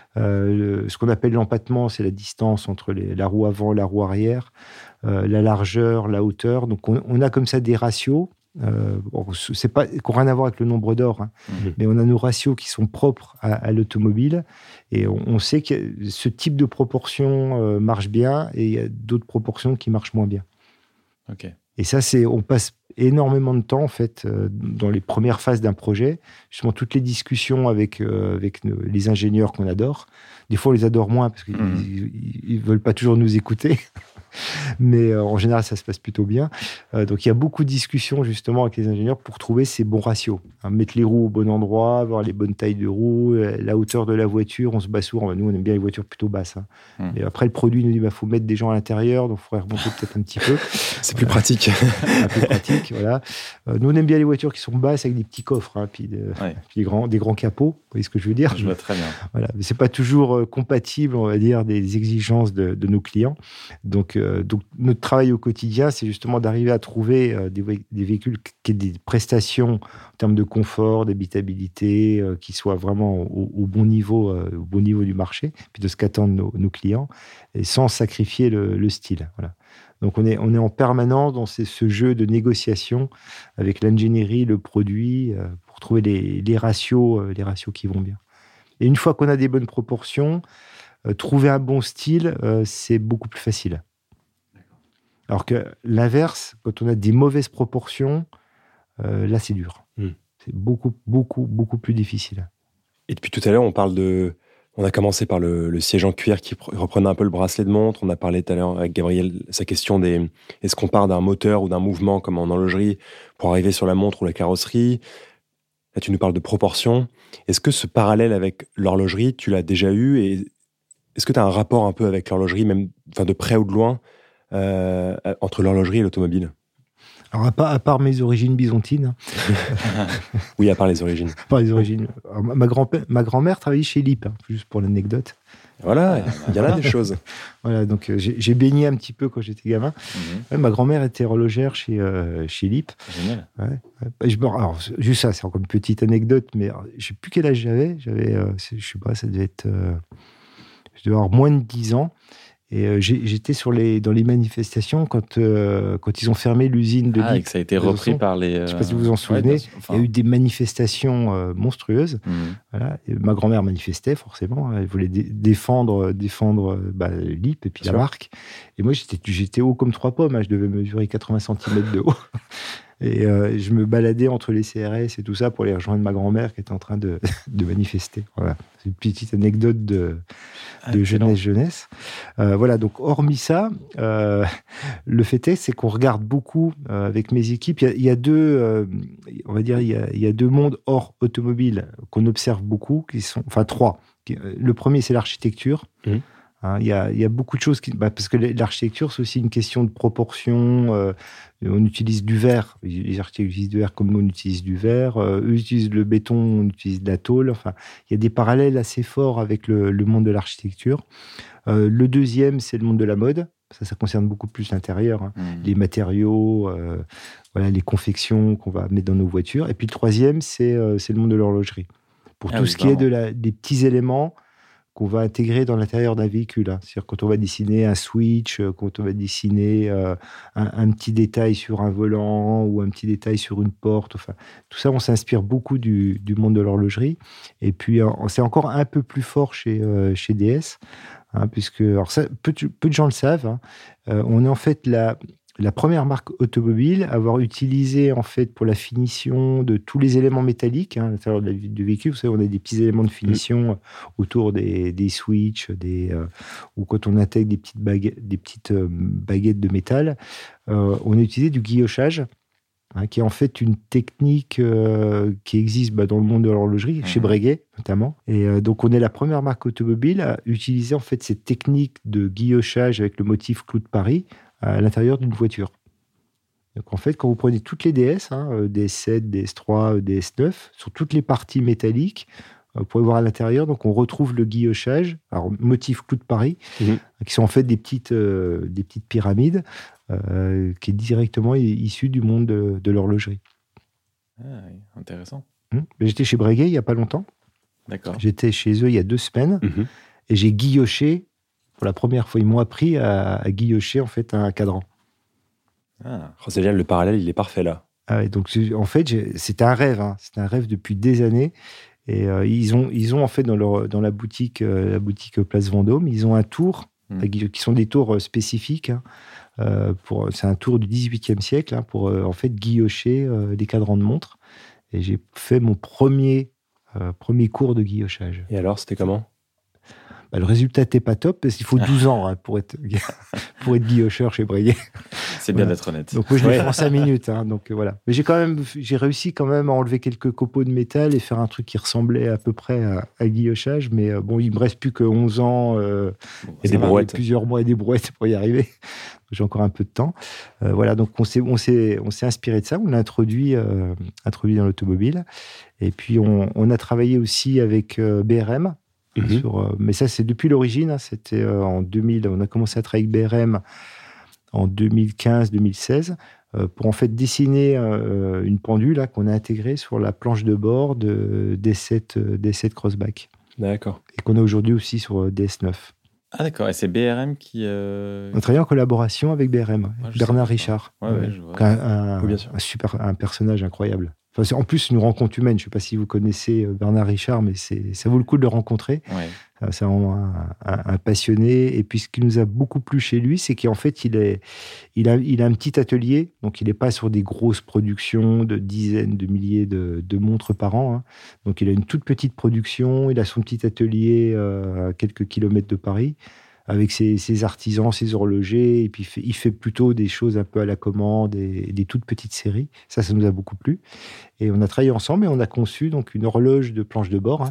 Ce qu'on appelle l'empattement, c'est la distance entre la roue avant et la roue arrière, la largeur, la hauteur. Donc, on a comme ça des ratios. C'est pas qui n'ont rien à voir avec le nombre d'or, hein, mais on a nos ratios qui sont propres à l'automobile, et on sait que ce type de proportion marche bien, et il y a d'autres proportions qui marchent moins bien. Ok. Et ça, on passe énormément de temps en fait dans les premières phases d'un projet, justement toutes les discussions avec les ingénieurs qu'on adore. Des fois, on les adore moins parce qu'ils veulent pas toujours nous écouter. Mais en général, ça se passe plutôt bien. Donc, il y a beaucoup de discussions justement avec les ingénieurs pour trouver ces bons ratios. Mettre les roues au bon endroit, avoir les bonnes tailles de roues, la hauteur de la voiture. On se bat souvent. Nous, on aime bien les voitures plutôt basses. Mais après, le produit nous dit faut mettre des gens à l'intérieur, donc il faudrait remonter peut-être un petit peu. C'est plus pratique. Plus pratique, voilà. Nous, on aime bien les voitures qui sont basses avec des petits coffres, puis des grands capots. Vous voyez ce que je veux dire ? Je vois très bien. Voilà. Mais c'est pas toujours compatible, on va dire, des exigences de nos clients. Donc, notre travail au quotidien, c'est justement d'arriver à trouver des véhicules qui aient des prestations en termes de confort, d'habitabilité, qui soient vraiment au bon niveau du marché, puis de ce qu'attendent nos clients, et sans sacrifier le style. Voilà. Donc on est en permanence dans ce jeu de négociation avec l'ingénierie, le produit, pour trouver les ratios qui vont bien. Et une fois qu'on a des bonnes proportions, trouver un bon style, c'est beaucoup plus facile. Alors que l'inverse, quand on a des mauvaises proportions, là, c'est dur. C'est beaucoup, beaucoup, beaucoup plus difficile. Et depuis tout à l'heure, on a commencé par le siège en cuir qui reprenait un peu le bracelet de montre. On a parlé tout à l'heure avec Gabriel, sa question est-ce qu'on part d'un moteur ou d'un mouvement comme en horlogerie pour arriver sur la montre ou la carrosserie ? Là, tu nous parles de proportions. Est-ce que ce parallèle avec l'horlogerie, tu l'as déjà eu ? Et est-ce que tu as un rapport un peu avec l'horlogerie, même de près ou de loin, entre l'horlogerie et l'automobile ? Alors, à part mes origines byzantines. Oui, à part les origines. À part les origines. Alors, ma grand-mère travaillait chez LIP, juste pour l'anecdote. Voilà, il y en a des choses. Voilà, donc j'ai baigné un petit peu quand j'étais gamin. Ouais, ma grand-mère était horlogère chez LIP. Génial. Ouais. Alors, juste ça, c'est encore une petite anecdote, mais je ne sais plus quel âge j'avais. Je ne sais pas, ça devait être... je devais avoir moins de 10 ans. Et j'étais dans les manifestations quand ils ont fermé l'usine de LIP. Et que ça a été repris par les... Je ne sais pas si vous vous en souvenez. Il y a eu des manifestations monstrueuses. Voilà. Et ma grand-mère manifestait, forcément. Elle voulait défendre LIP et puis la marque. Et moi, j'étais haut comme 3 pommes. Je devais mesurer 80 cm de haut. Et je me baladais entre les CRS et tout ça pour aller rejoindre ma grand-mère qui était en train de manifester. Voilà. C'est une petite anecdote de jeunesse. Voilà, donc hormis ça, le fait est, c'est qu'on regarde beaucoup avec mes équipes. Il y a deux, on va dire, il y a 2 mondes hors automobile qu'on observe beaucoup, enfin 3. Le premier, c'est l'architecture. Il y a beaucoup de choses parce que l'architecture, c'est aussi une question de proportion. On utilise du verre. Les architectes utilisent du verre comme nous, on utilise du verre. Eux utilisent le béton, on utilise de la tôle. Enfin, il y a des parallèles assez forts avec le monde de l'architecture. Le deuxième, c'est le monde de la mode. Ça concerne beaucoup plus l'intérieur. Les matériaux, les confections qu'on va mettre dans nos voitures. Et puis le troisième, c'est le monde de l'horlogerie. Pour tout ce qui est des petits éléments qu'on va intégrer dans l'intérieur d'un véhicule. C'est-à-dire quand on va dessiner un switch, quand on va dessiner un petit détail sur un volant ou un petit détail sur une porte. Enfin, tout ça, on s'inspire beaucoup du monde de l'horlogerie. Et puis, c'est encore un peu plus fort chez DS, puisque alors ça, peu de gens le savent. On est en fait la première marque automobile à avoir utilisé, en fait, pour la finition de tous les éléments métalliques, à l'intérieur du véhicule. Vous savez, on a des petits éléments de finition autour des switches, ou quand on intègre des petites baguettes de métal. On a utilisé du guillochage, qui est en fait une technique qui existe dans le monde de l'horlogerie, chez Breguet notamment. Et donc, on est la première marque automobile à utiliser en fait cette technique de guillochage avec le motif clou de Paris à l'intérieur d'une voiture. Donc en fait, quand vous prenez toutes les DS, DS7, DS3, DS9, sur toutes les parties métalliques, vous pouvez voir à l'intérieur, donc on retrouve le guillochage, alors motif clou de Paris, qui sont en fait des petites pyramides, qui est directement issu du monde de l'horlogerie. Ah, oui, intéressant. J'étais chez Breguet il n'y a pas longtemps. D'accord. J'étais chez eux il y a 2 semaines et j'ai guilloché pour la première fois. Ils m'ont appris à guillocher en fait un cadran. Ah. C'est génial, le parallèle, il est parfait là. Ah ouais, donc en fait, c'était un rêve. C'était un rêve depuis des années. Et ils ont en fait dans la boutique Place Vendôme, ils ont un tour qui sont des tours spécifiques. C'est un tour du XVIIIe siècle pour en fait guillocher des cadrans de montre. Et j'ai fait mon premier cours de guillochage. Et alors, c'était comment ? Le résultat n'était pas top parce qu'il faut 12 ans pour être guillocheur chez Breguet. C'est bien d'être honnête. Donc moi, je l'ai fait en 5 minutes. Donc voilà. Mais j'ai réussi quand même à enlever quelques copeaux de métal et faire un truc qui ressemblait à peu près à guillochage. Mais bon, il me reste plus que 11 ans et des brouettes. Plusieurs mois et des brouettes pour y arriver. J'ai encore un peu de temps. Voilà, donc on s'est inspiré de ça. On l'a introduit dans l'automobile. Et puis on a travaillé aussi avec BRM. Mais ça, c'est depuis l'origine. C'était en 2000. On a commencé à travailler avec BRM en 2015-2016 pour en fait dessiner une pendule qu'on a intégrée sur la planche de bord de DS7 Crossback. D'accord. Et qu'on a aujourd'hui aussi sur DS9. Ah d'accord, et c'est BRM qui... On travaille en collaboration avec BRM, Bernard Richard. Je vois. Un personnage incroyable. Enfin, en plus, une rencontre humaine. Je ne sais pas si vous connaissez Bernard Richard, mais ça vaut le coup de le rencontrer. Ouais. C'est vraiment un passionné. Et puis, ce qui nous a beaucoup plu chez lui, c'est qu'en fait, il a un petit atelier. Donc, il n'est pas sur des grosses productions de dizaines de milliers de montres par an. Donc, il a une toute petite production. Il a son petit atelier à quelques kilomètres de Paris, avec ses artisans, ses horlogers, et puis il fait plutôt des choses un peu à la commande, et des toutes petites séries. Ça nous a beaucoup plu. Et on a travaillé ensemble et on a conçu donc une horloge de planche de bord.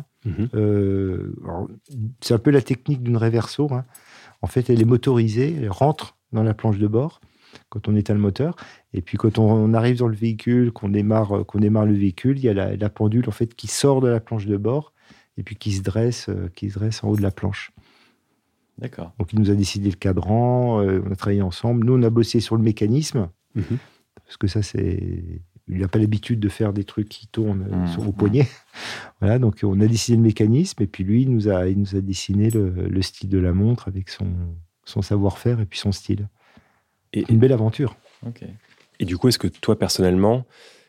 C'est un peu la technique d'une reverso. En fait, elle est motorisée, elle rentre dans la planche de bord quand on éteint le moteur. Et puis quand on arrive dans le véhicule, qu'on démarre le véhicule, il y a la pendule en fait qui sort de la planche de bord et puis qui se dresse en haut de la planche. D'accord. Donc, il nous a décidé le cadran, on a travaillé ensemble. Nous, on a bossé sur le mécanisme, parce que ça, il n'a pas l'habitude de faire des trucs qui tournent au poignet. Voilà, donc on a dessiné le mécanisme, et puis lui, il nous a dessiné le style de la montre avec son savoir-faire et puis son style. Et une belle aventure. Okay. Et du coup, est-ce que toi, personnellement,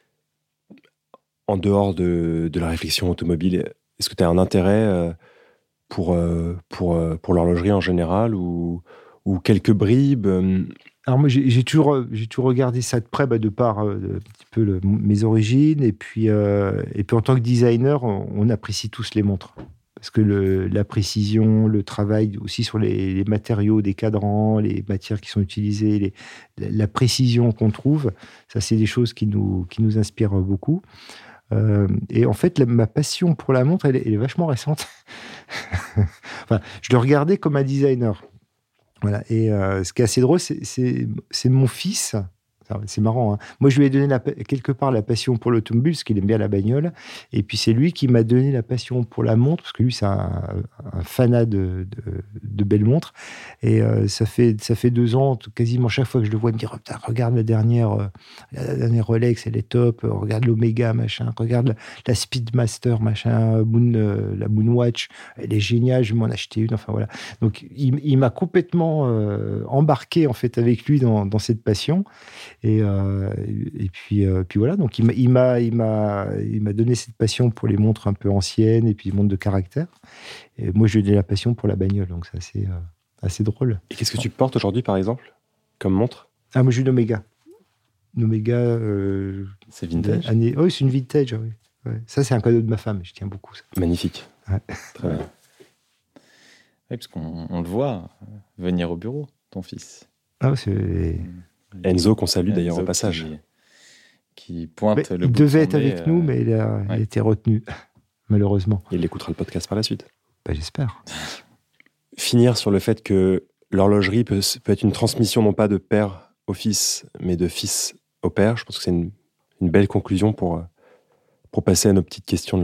en dehors de la réflexion automobile, est-ce que tu as un intérêt pour l'horlogerie en général ou quelques bribes Alors moi, j'ai toujours regardé ça de près, de par un petit peu mes origines. Et puis en tant que designer, on apprécie tous les montres. Parce que la précision, le travail aussi sur les matériaux des cadrans, les matières qui sont utilisées, la précision qu'on trouve, ça, c'est des choses qui nous inspirent beaucoup. Et en fait, ma passion pour la montre, elle est vachement récente. Enfin, je le regardais comme un designer. Voilà. Et ce qui est assez drôle, c'est mon fils. C'est marrant. Moi, je lui ai donné quelque part la passion pour l'automobile, parce qu'il aime bien la bagnole. Et puis, c'est lui qui m'a donné la passion pour la montre, parce que lui, c'est un fanat de belles montres. Et ça fait 2 ans, quasiment chaque fois que je le vois, il me dit « Regarde la dernière Rolex, elle est top. Regarde l'Omega, machin. Regarde la Speedmaster, machin. La Moonwatch, elle est géniale. Je vais m'en acheter une. » Enfin, voilà. Donc, il m'a complètement embarqué, en fait, avec lui dans cette passion. Et puis voilà, donc il m'a donné cette passion pour les montres un peu anciennes et puis les montres de caractère. Et moi, je lui ai donné la passion pour la bagnole, donc ça, c'est assez drôle. Et qu'est-ce que tu portes aujourd'hui, par exemple, comme montre ? Moi, j'ai une Omega. Une Omega... c'est vintage ? Oui, c'est une vintage, oui. Ouais. Ça, c'est un cadeau de ma femme, je tiens beaucoup ça. Magnifique. Ouais. Très bien. Oui, parce qu'on le voit venir au bureau, ton fils. C'est... Enzo, qu'on salue d'ailleurs au passage. Qui pointe le bout de son nez. Il devait être avec nous, mais il a été retenu, malheureusement. Il écoutera le podcast par la suite. J'espère. Finir sur le fait que l'horlogerie peut être une transmission non pas de père au fils, mais de fils au père. Je pense que c'est une belle conclusion pour passer à nos petites questions de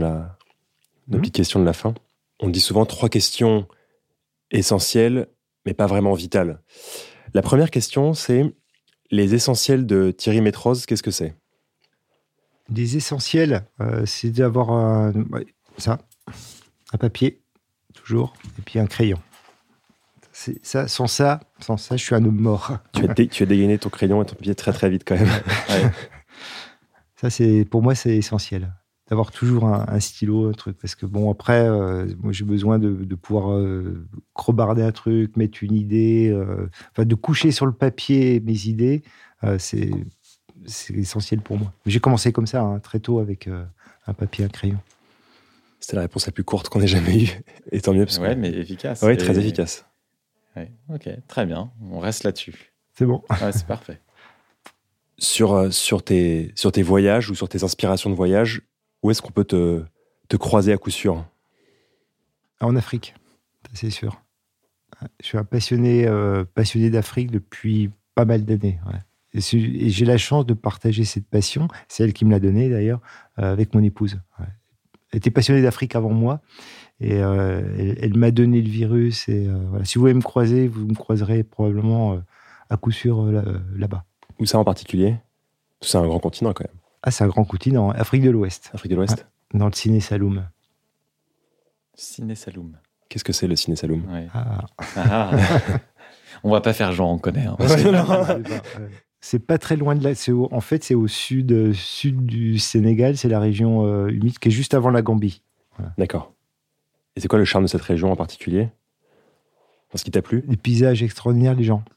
la fin. On dit souvent 3 questions essentielles, mais pas vraiment vitales. La première question, c'est les essentiels de Thierry Métroz, qu'est-ce que c'est ? Des essentiels, c'est d'avoir un papier, toujours, et puis un crayon. C'est ça, sans ça, je suis un homme mort. Tu as dégainé ton crayon et ton papier très très vite quand même. Ouais. Ça, pour moi, c'est essentiel. D'avoir toujours un stylo, un truc. Parce que bon, après, moi, j'ai besoin de pouvoir crobarder un truc, mettre une idée, de coucher sur le papier mes idées. C'est essentiel pour moi. J'ai commencé comme ça, très tôt, avec un papier, un crayon. C'était la réponse la plus courte qu'on ait jamais eue. Et tant mieux. Mais efficace. Oui, très efficace. Ouais. Ok, très bien. On reste là-dessus. C'est bon. Ouais, c'est parfait. Sur tes voyages ou sur tes inspirations de voyage, où est-ce qu'on peut te croiser à coup sûr ? En Afrique, c'est sûr. Je suis un passionné d'Afrique depuis pas mal d'années. Ouais. Et j'ai la chance de partager cette passion, c'est elle qui me l'a donnée d'ailleurs, avec mon épouse. Ouais. Elle était passionnée d'Afrique avant moi, et elle m'a donné le virus. Et voilà. Si vous voulez me croiser, vous me croiserez probablement à coup sûr là-bas. Où ça en particulier ? C'est un grand continent quand même. Ah, c'est un grand continent, Afrique de l'Ouest. Afrique de l'Ouest ? Ouais, dans le Ciné Saloum. Ciné Saloum. Qu'est-ce que c'est le Ciné Saloum ? Ouais. Ah. On va pas faire genre on connaît. Hein, c'est pas très loin de là. En fait, c'est au sud du Sénégal. C'est la région humide qui est juste avant la Gambie. Voilà. D'accord. Et c'est quoi le charme de cette région en particulier ? Ce qui t'a plu ? Les paysages extraordinaires, les gens.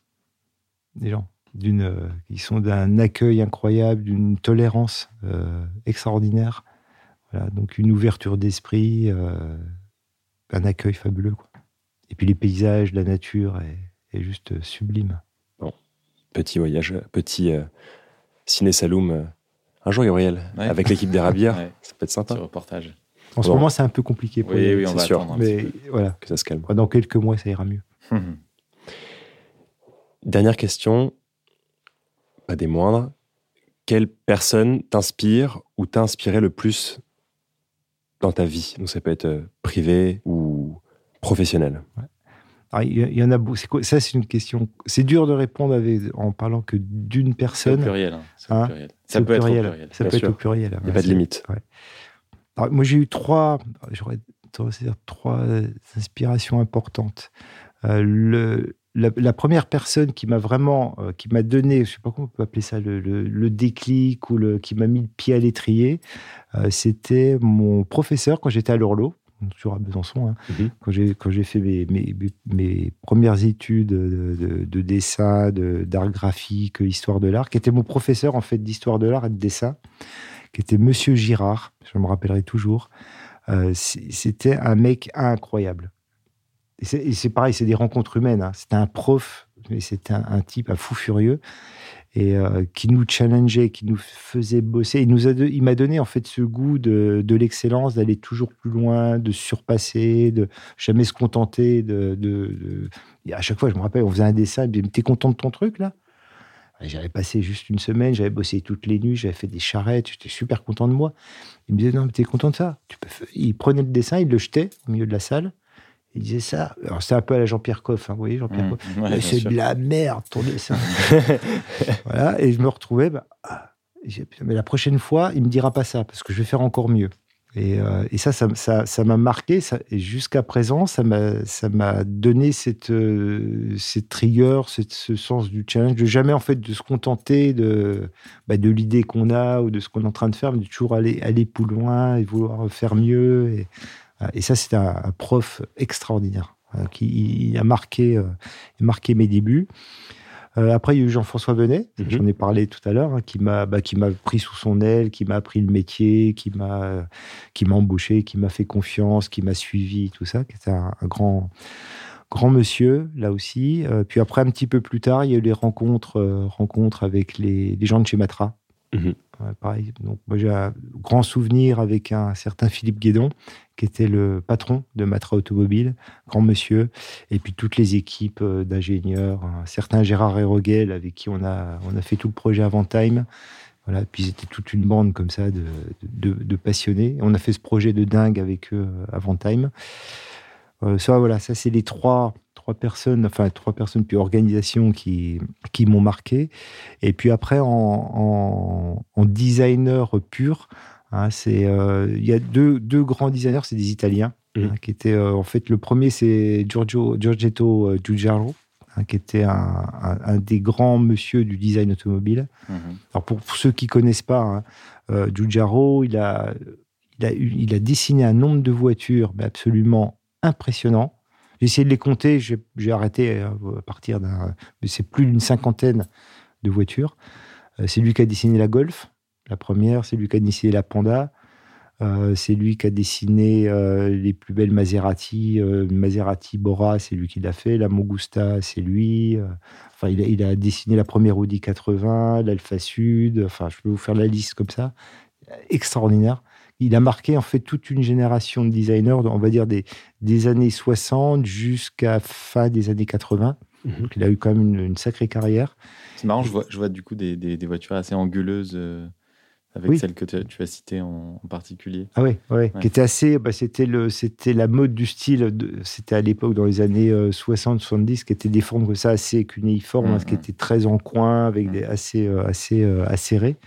Ils sont d'un accueil incroyable, d'une tolérance extraordinaire. Voilà, donc une ouverture d'esprit, un accueil fabuleux, quoi. Et puis les paysages, la nature est juste sublime. Bon, petit voyage, petit Ciné Saloum. Un jour, Gabriel, avec l'équipe des Rabières, ça peut être sympa. Petit reportage. En ce moment, c'est un peu compliqué pour oui, on va sûr, attendre mais voilà, que ça se calme. Dans quelques mois, ça ira mieux. Dernière question, pas des moindres. Quelle personne t'inspire ou t'a inspiré le plus dans ta vie ? Donc ça peut être privé ou professionnel. Ouais. Alors, il y en a beaucoup. Ça, c'est une question. C'est dur de répondre en parlant que d'une personne. C'est au pluriel. Ça peut être au pluriel. Ça peut être au pluriel. Il n'y a pas de limite. Ouais. Alors, moi, j'ai eu trois inspirations importantes. La première personne qui m'a vraiment, qui m'a donné, je ne sais pas comment on peut appeler ça, le déclic ou qui m'a mis le pied à l'étrier, c'était mon professeur quand j'étais à l'Orlo, toujours à Besançon, quand j'ai fait mes premières études de dessin, d'art graphique, histoire de l'art, qui était mon professeur en fait d'histoire de l'art et de dessin, qui était Monsieur Girard, je me rappellerai toujours. C'était un mec incroyable. Et c'est pareil, c'est des rencontres humaines. C'était un prof, mais c'était un type, un fou furieux, et qui nous challengeait, qui nous faisait bosser. Il m'a donné en fait ce goût de l'excellence, d'aller toujours plus loin, de surpasser, de jamais se contenter. Et à chaque fois, je me rappelle, on faisait un dessin, il me disait, t'es content de ton truc là ? J'avais passé juste une semaine, j'avais bossé toutes les nuits, j'avais fait des charrettes, j'étais super content de moi. Il me disait, non, mais t'es content de ça ? Il prenait le dessin, il le jetait au milieu de la salle. Il disait ça. Alors, c'était un peu à la Jean-Pierre Coff, vous voyez, Jean-Pierre Coff. Ouais, c'est de la merde, ton dessin. Voilà, et je me retrouvais, mais la prochaine fois, il ne me dira pas ça, parce que je vais faire encore mieux. Et ça m'a marqué, et jusqu'à présent, ça m'a donné cette rigueur, ce sens du challenge, de jamais, en fait, de se contenter de l'idée qu'on a, ou de ce qu'on est en train de faire, mais de toujours aller plus loin, et vouloir faire mieux, et ça, c'était un prof extraordinaire qui a marqué mes débuts. Après, il y a eu Jean-François Venet, j'en ai parlé tout à l'heure, qui m'a pris sous son aile, qui m'a appris le métier, qui m'a embauché, qui m'a fait confiance, qui m'a suivi, tout ça, qui était un grand monsieur, là aussi. Puis après, un petit peu plus tard, il y a eu les rencontres avec les gens de chez Matra. Ouais, pareil. Donc, moi, j'ai un grand souvenir avec un certain Philippe Guédon, qui était le patron de Matra Automobile, grand monsieur, et puis toutes les équipes d'ingénieurs, un certain Gérard Héroguel, avec qui on a fait tout le projet Avantime. Voilà, puis c'était toute une bande comme ça de passionnés. On a fait ce projet de dingue avec eux, Avantime. Ça c'est les trois personnes puis organisations qui m'ont marqué. Et puis après, en designer pur, hein, il y a deux grands designers, c'est des Italiens, qui étaient, en fait, le premier, c'est Giorgetto Giugiaro, qui était un des grands monsieur du design automobile. Alors pour ceux qui ne connaissent pas, Giugiaro, il a dessiné un nombre de voitures absolument impressionnant. J'ai essayé de les compter, j'ai arrêté à partir mais c'est plus d'une 50aine de voitures. C'est lui qui a dessiné la Golf, la première, c'est lui qui a dessiné la Panda, c'est lui qui a dessiné les plus belles Maserati, Maserati Bora, c'est lui qui l'a fait, la Mogusta, c'est lui. Il a dessiné la première Audi 80, l'Alfa Sud, je peux vous faire la liste comme ça. Extraordinaire. Il a marqué en fait toute une génération de designers, on va dire des années 60 jusqu'à fin des années 80. Donc il a eu quand même une sacrée carrière. C'est marrant, je vois du coup des voitures assez anguleuses avec celle que tu as citée en particulier. Ah oui, qui était assez... c'était la mode du style, c'était à l'époque dans les années 60-70, qui était des formes comme ça assez cunéiformes, qui était très en coin, avec des assez acérés.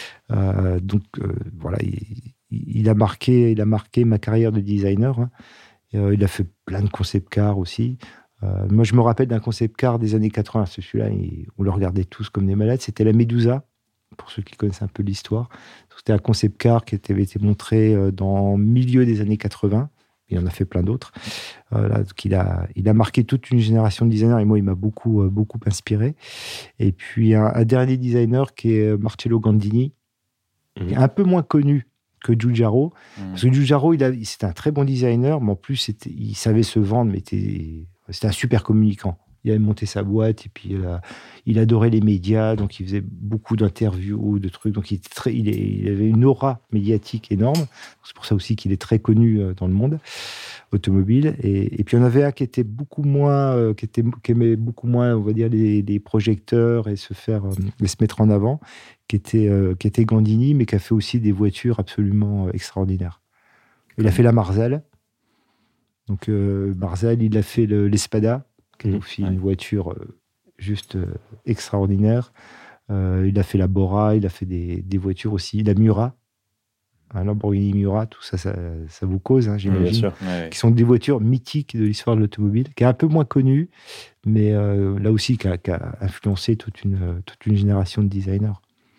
Voilà, il a marqué ma carrière de designer. Il a fait plein de concept cars aussi. Moi, je me rappelle d'un concept car des années 80. Celui-là, on le regardait tous comme des malades. C'était la Medusa, pour ceux qui connaissent un peu l'histoire. C'était un concept car qui avait été montré dans le milieu des années 80. Il en a fait plein d'autres. Il a marqué toute une génération de designers et moi, il m'a beaucoup inspiré. Et puis, un dernier designer qui est Marcello Gandini, qui est un peu moins connu que Giugiaro. Parce que Giugiaro, c'était un très bon designer, mais en plus, il savait se vendre, mais c'était un super communicant. Il avait monté sa boîte et puis il adorait les médias, donc il faisait beaucoup d'interviews, de trucs. Donc il avait une aura médiatique énorme. C'est pour ça aussi qu'il est très connu dans le monde automobile. Et puis il y en avait un qui était beaucoup moins, qui aimait beaucoup moins, on va dire, les projecteurs et se mettre en avant, qui était Gandini, mais qui a fait aussi des voitures absolument extraordinaires. Il a fait la Marzal. Donc Marzal, il a fait l'Espada, qui est aussi une voiture juste extraordinaire. Il a fait la Bora, il a fait des voitures aussi. La Miura, un Lamborghini Miura, tout ça vous cause, j'imagine. Bien sûr. Qui sont des voitures mythiques de l'histoire de l'automobile, qui est un peu moins connue, mais là aussi qui a influencé toute une génération de designers.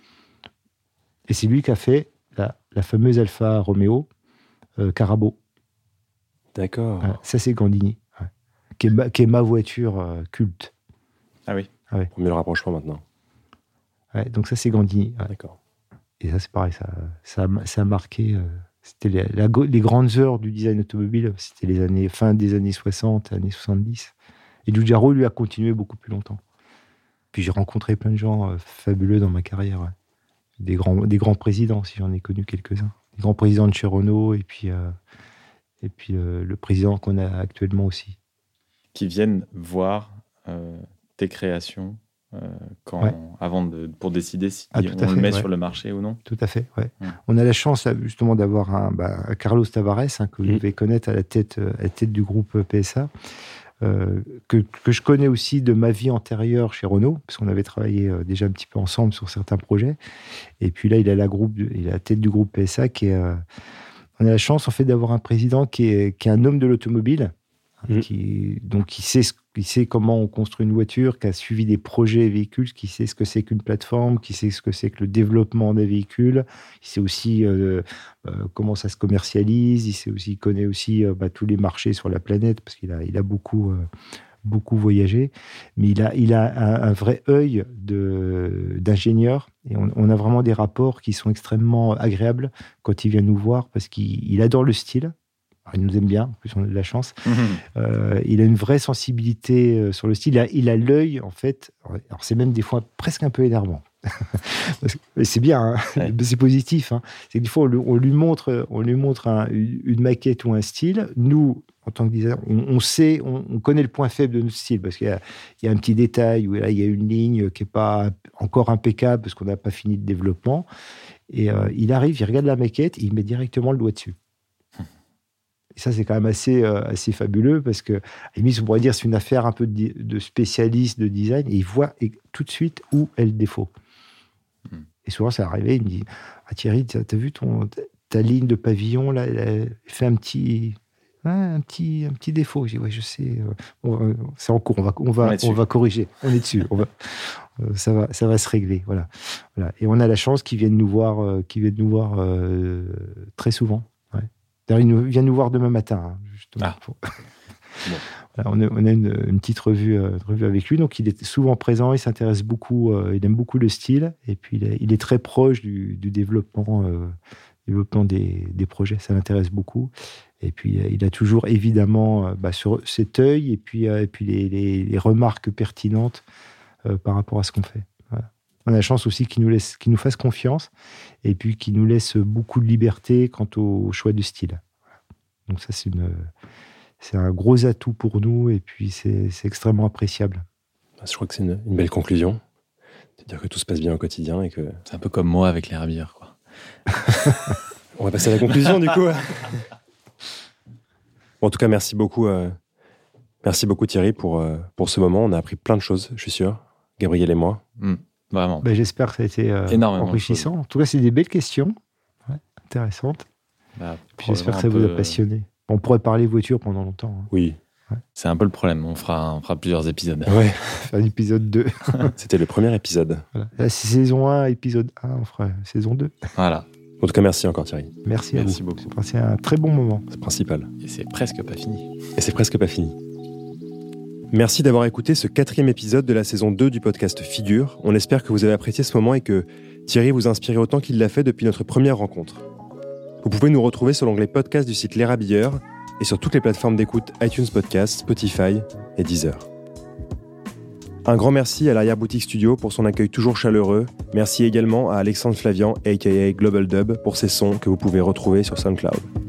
Et c'est lui qui a fait la fameuse Alfa Romeo Carabo. D'accord. Ça, c'est Gandini, qui est ma voiture culte. Ah oui. On met le rapprochement maintenant. Donc ça, c'est Gandini. D'accord. Et ça, c'est pareil, ça a marqué... c'était les grandes heures du design automobile, c'était fin des années 60, années 70. Et Giugiaro, lui, a continué beaucoup plus longtemps. Puis j'ai rencontré plein de gens fabuleux dans ma carrière. Des grands présidents, si j'en ai connu quelques-uns. Des grands présidents de chez Renault, et puis le président qu'on a actuellement aussi. Qui viennent voir tes créations pour décider si on le met sur le marché ou non. Tout à fait, ouais. On a la chance justement d'avoir Carlos Tavares, que vous devez connaître à la tête du groupe PSA, que je connais aussi de ma vie antérieure chez Renault, parce qu'on avait travaillé déjà un petit peu ensemble sur certains projets. Et puis là, il a la tête du groupe PSA on a la chance en fait d'avoir un président qui est un homme de l'automobile, qui sait comment on construit une voiture, qui a suivi des projets véhicules, qui sait ce que c'est qu'une plateforme, qui sait ce que c'est que le développement des véhicules, il sait aussi comment ça se commercialise, il connaît aussi tous les marchés sur la planète, parce qu'il a beaucoup voyagé, mais il a un vrai œil d'ingénieur, et on a vraiment des rapports qui sont extrêmement agréables quand il vient nous voir, parce qu'il adore le style. Alors, il nous aime bien, en plus on a de la chance. Il a une vraie sensibilité sur le style. Il a l'œil, en fait. Alors c'est même des fois presque un peu énervant. Mais c'est bien, c'est positif. C'est que des fois on lui montre une maquette ou un style. Nous, en tant que designer, on connaît le point faible de notre style, parce qu'il y a un petit détail où là il y a une ligne qui est pas encore impeccable parce qu'on n'a pas fini le développement. Et il arrive, il regarde la maquette et il met directement le doigt dessus. Et ça, c'est quand même assez fabuleux parce que, à la limite, on pourrait dire c'est une affaire un peu de spécialiste de design et il voit tout de suite où est le défaut. Et souvent, ça arrivait, il me dit « Thierry, t'as vu ta ligne de pavillon, là, elle fait un petit défaut. » Je dis « Ouais, je sais, c'est en cours, on va corriger, on est dessus, ça va se régler. » Voilà. Et on a la chance qu'ils viennent nous voir, très souvent. Ouais. D'ailleurs, ils viennent nous voir demain matin, justement. Bon. Voilà, on a une petite revue avec lui, donc il est souvent présent, il s'intéresse beaucoup, il aime beaucoup le style, et puis il est très proche du développement des projets, ça l'intéresse beaucoup. Et puis il a toujours évidemment sur cet œil et puis les remarques pertinentes par rapport à ce qu'on fait. Voilà. On a la chance aussi qu'il nous fasse confiance et puis qu'il nous laisse beaucoup de liberté quant au choix du style. Donc ça, c'est un gros atout pour nous et puis c'est extrêmement appréciable. Je crois que c'est une belle conclusion. C'est-à-dire que tout se passe bien au quotidien et que... C'est un peu comme moi avec l'herbière, quoi. On va passer à la conclusion, du coup. Bon, en tout cas, merci beaucoup Thierry pour ce moment. On a appris plein de choses, je suis sûr, Gabriel et moi. Vraiment. J'espère que ça a été enrichissant. En tout cas, c'est des belles questions, intéressantes. Puis j'espère que ça vous a passionné. On pourrait parler voiture pendant longtemps. Hein. Oui. Ouais. C'est un peu le problème. On fera plusieurs épisodes. Ouais. Faire l'épisode 2. C'était le premier épisode. Voilà. La saison 1, épisode 1, on fera saison 2. Voilà. En tout cas, merci encore Thierry. Merci à vous. Beaucoup. C'est passé un très bon moment. C'est principal. Et c'est presque pas fini. Merci d'avoir écouté ce 4e épisode de la saison 2 du podcast Figure. On espère que vous avez apprécié ce moment et que Thierry vous a inspiré autant qu'il l'a fait depuis notre première rencontre. Vous pouvez nous retrouver sur l'onglet podcast du site L'Érabilleur et sur toutes les plateformes d'écoute iTunes Podcast, Spotify et Deezer. Un grand merci à l'Arrière-Boutique Studio pour son accueil toujours chaleureux. Merci également à Alexandre Flavian, a.k.a. Global Dub, pour ses sons que vous pouvez retrouver sur SoundCloud.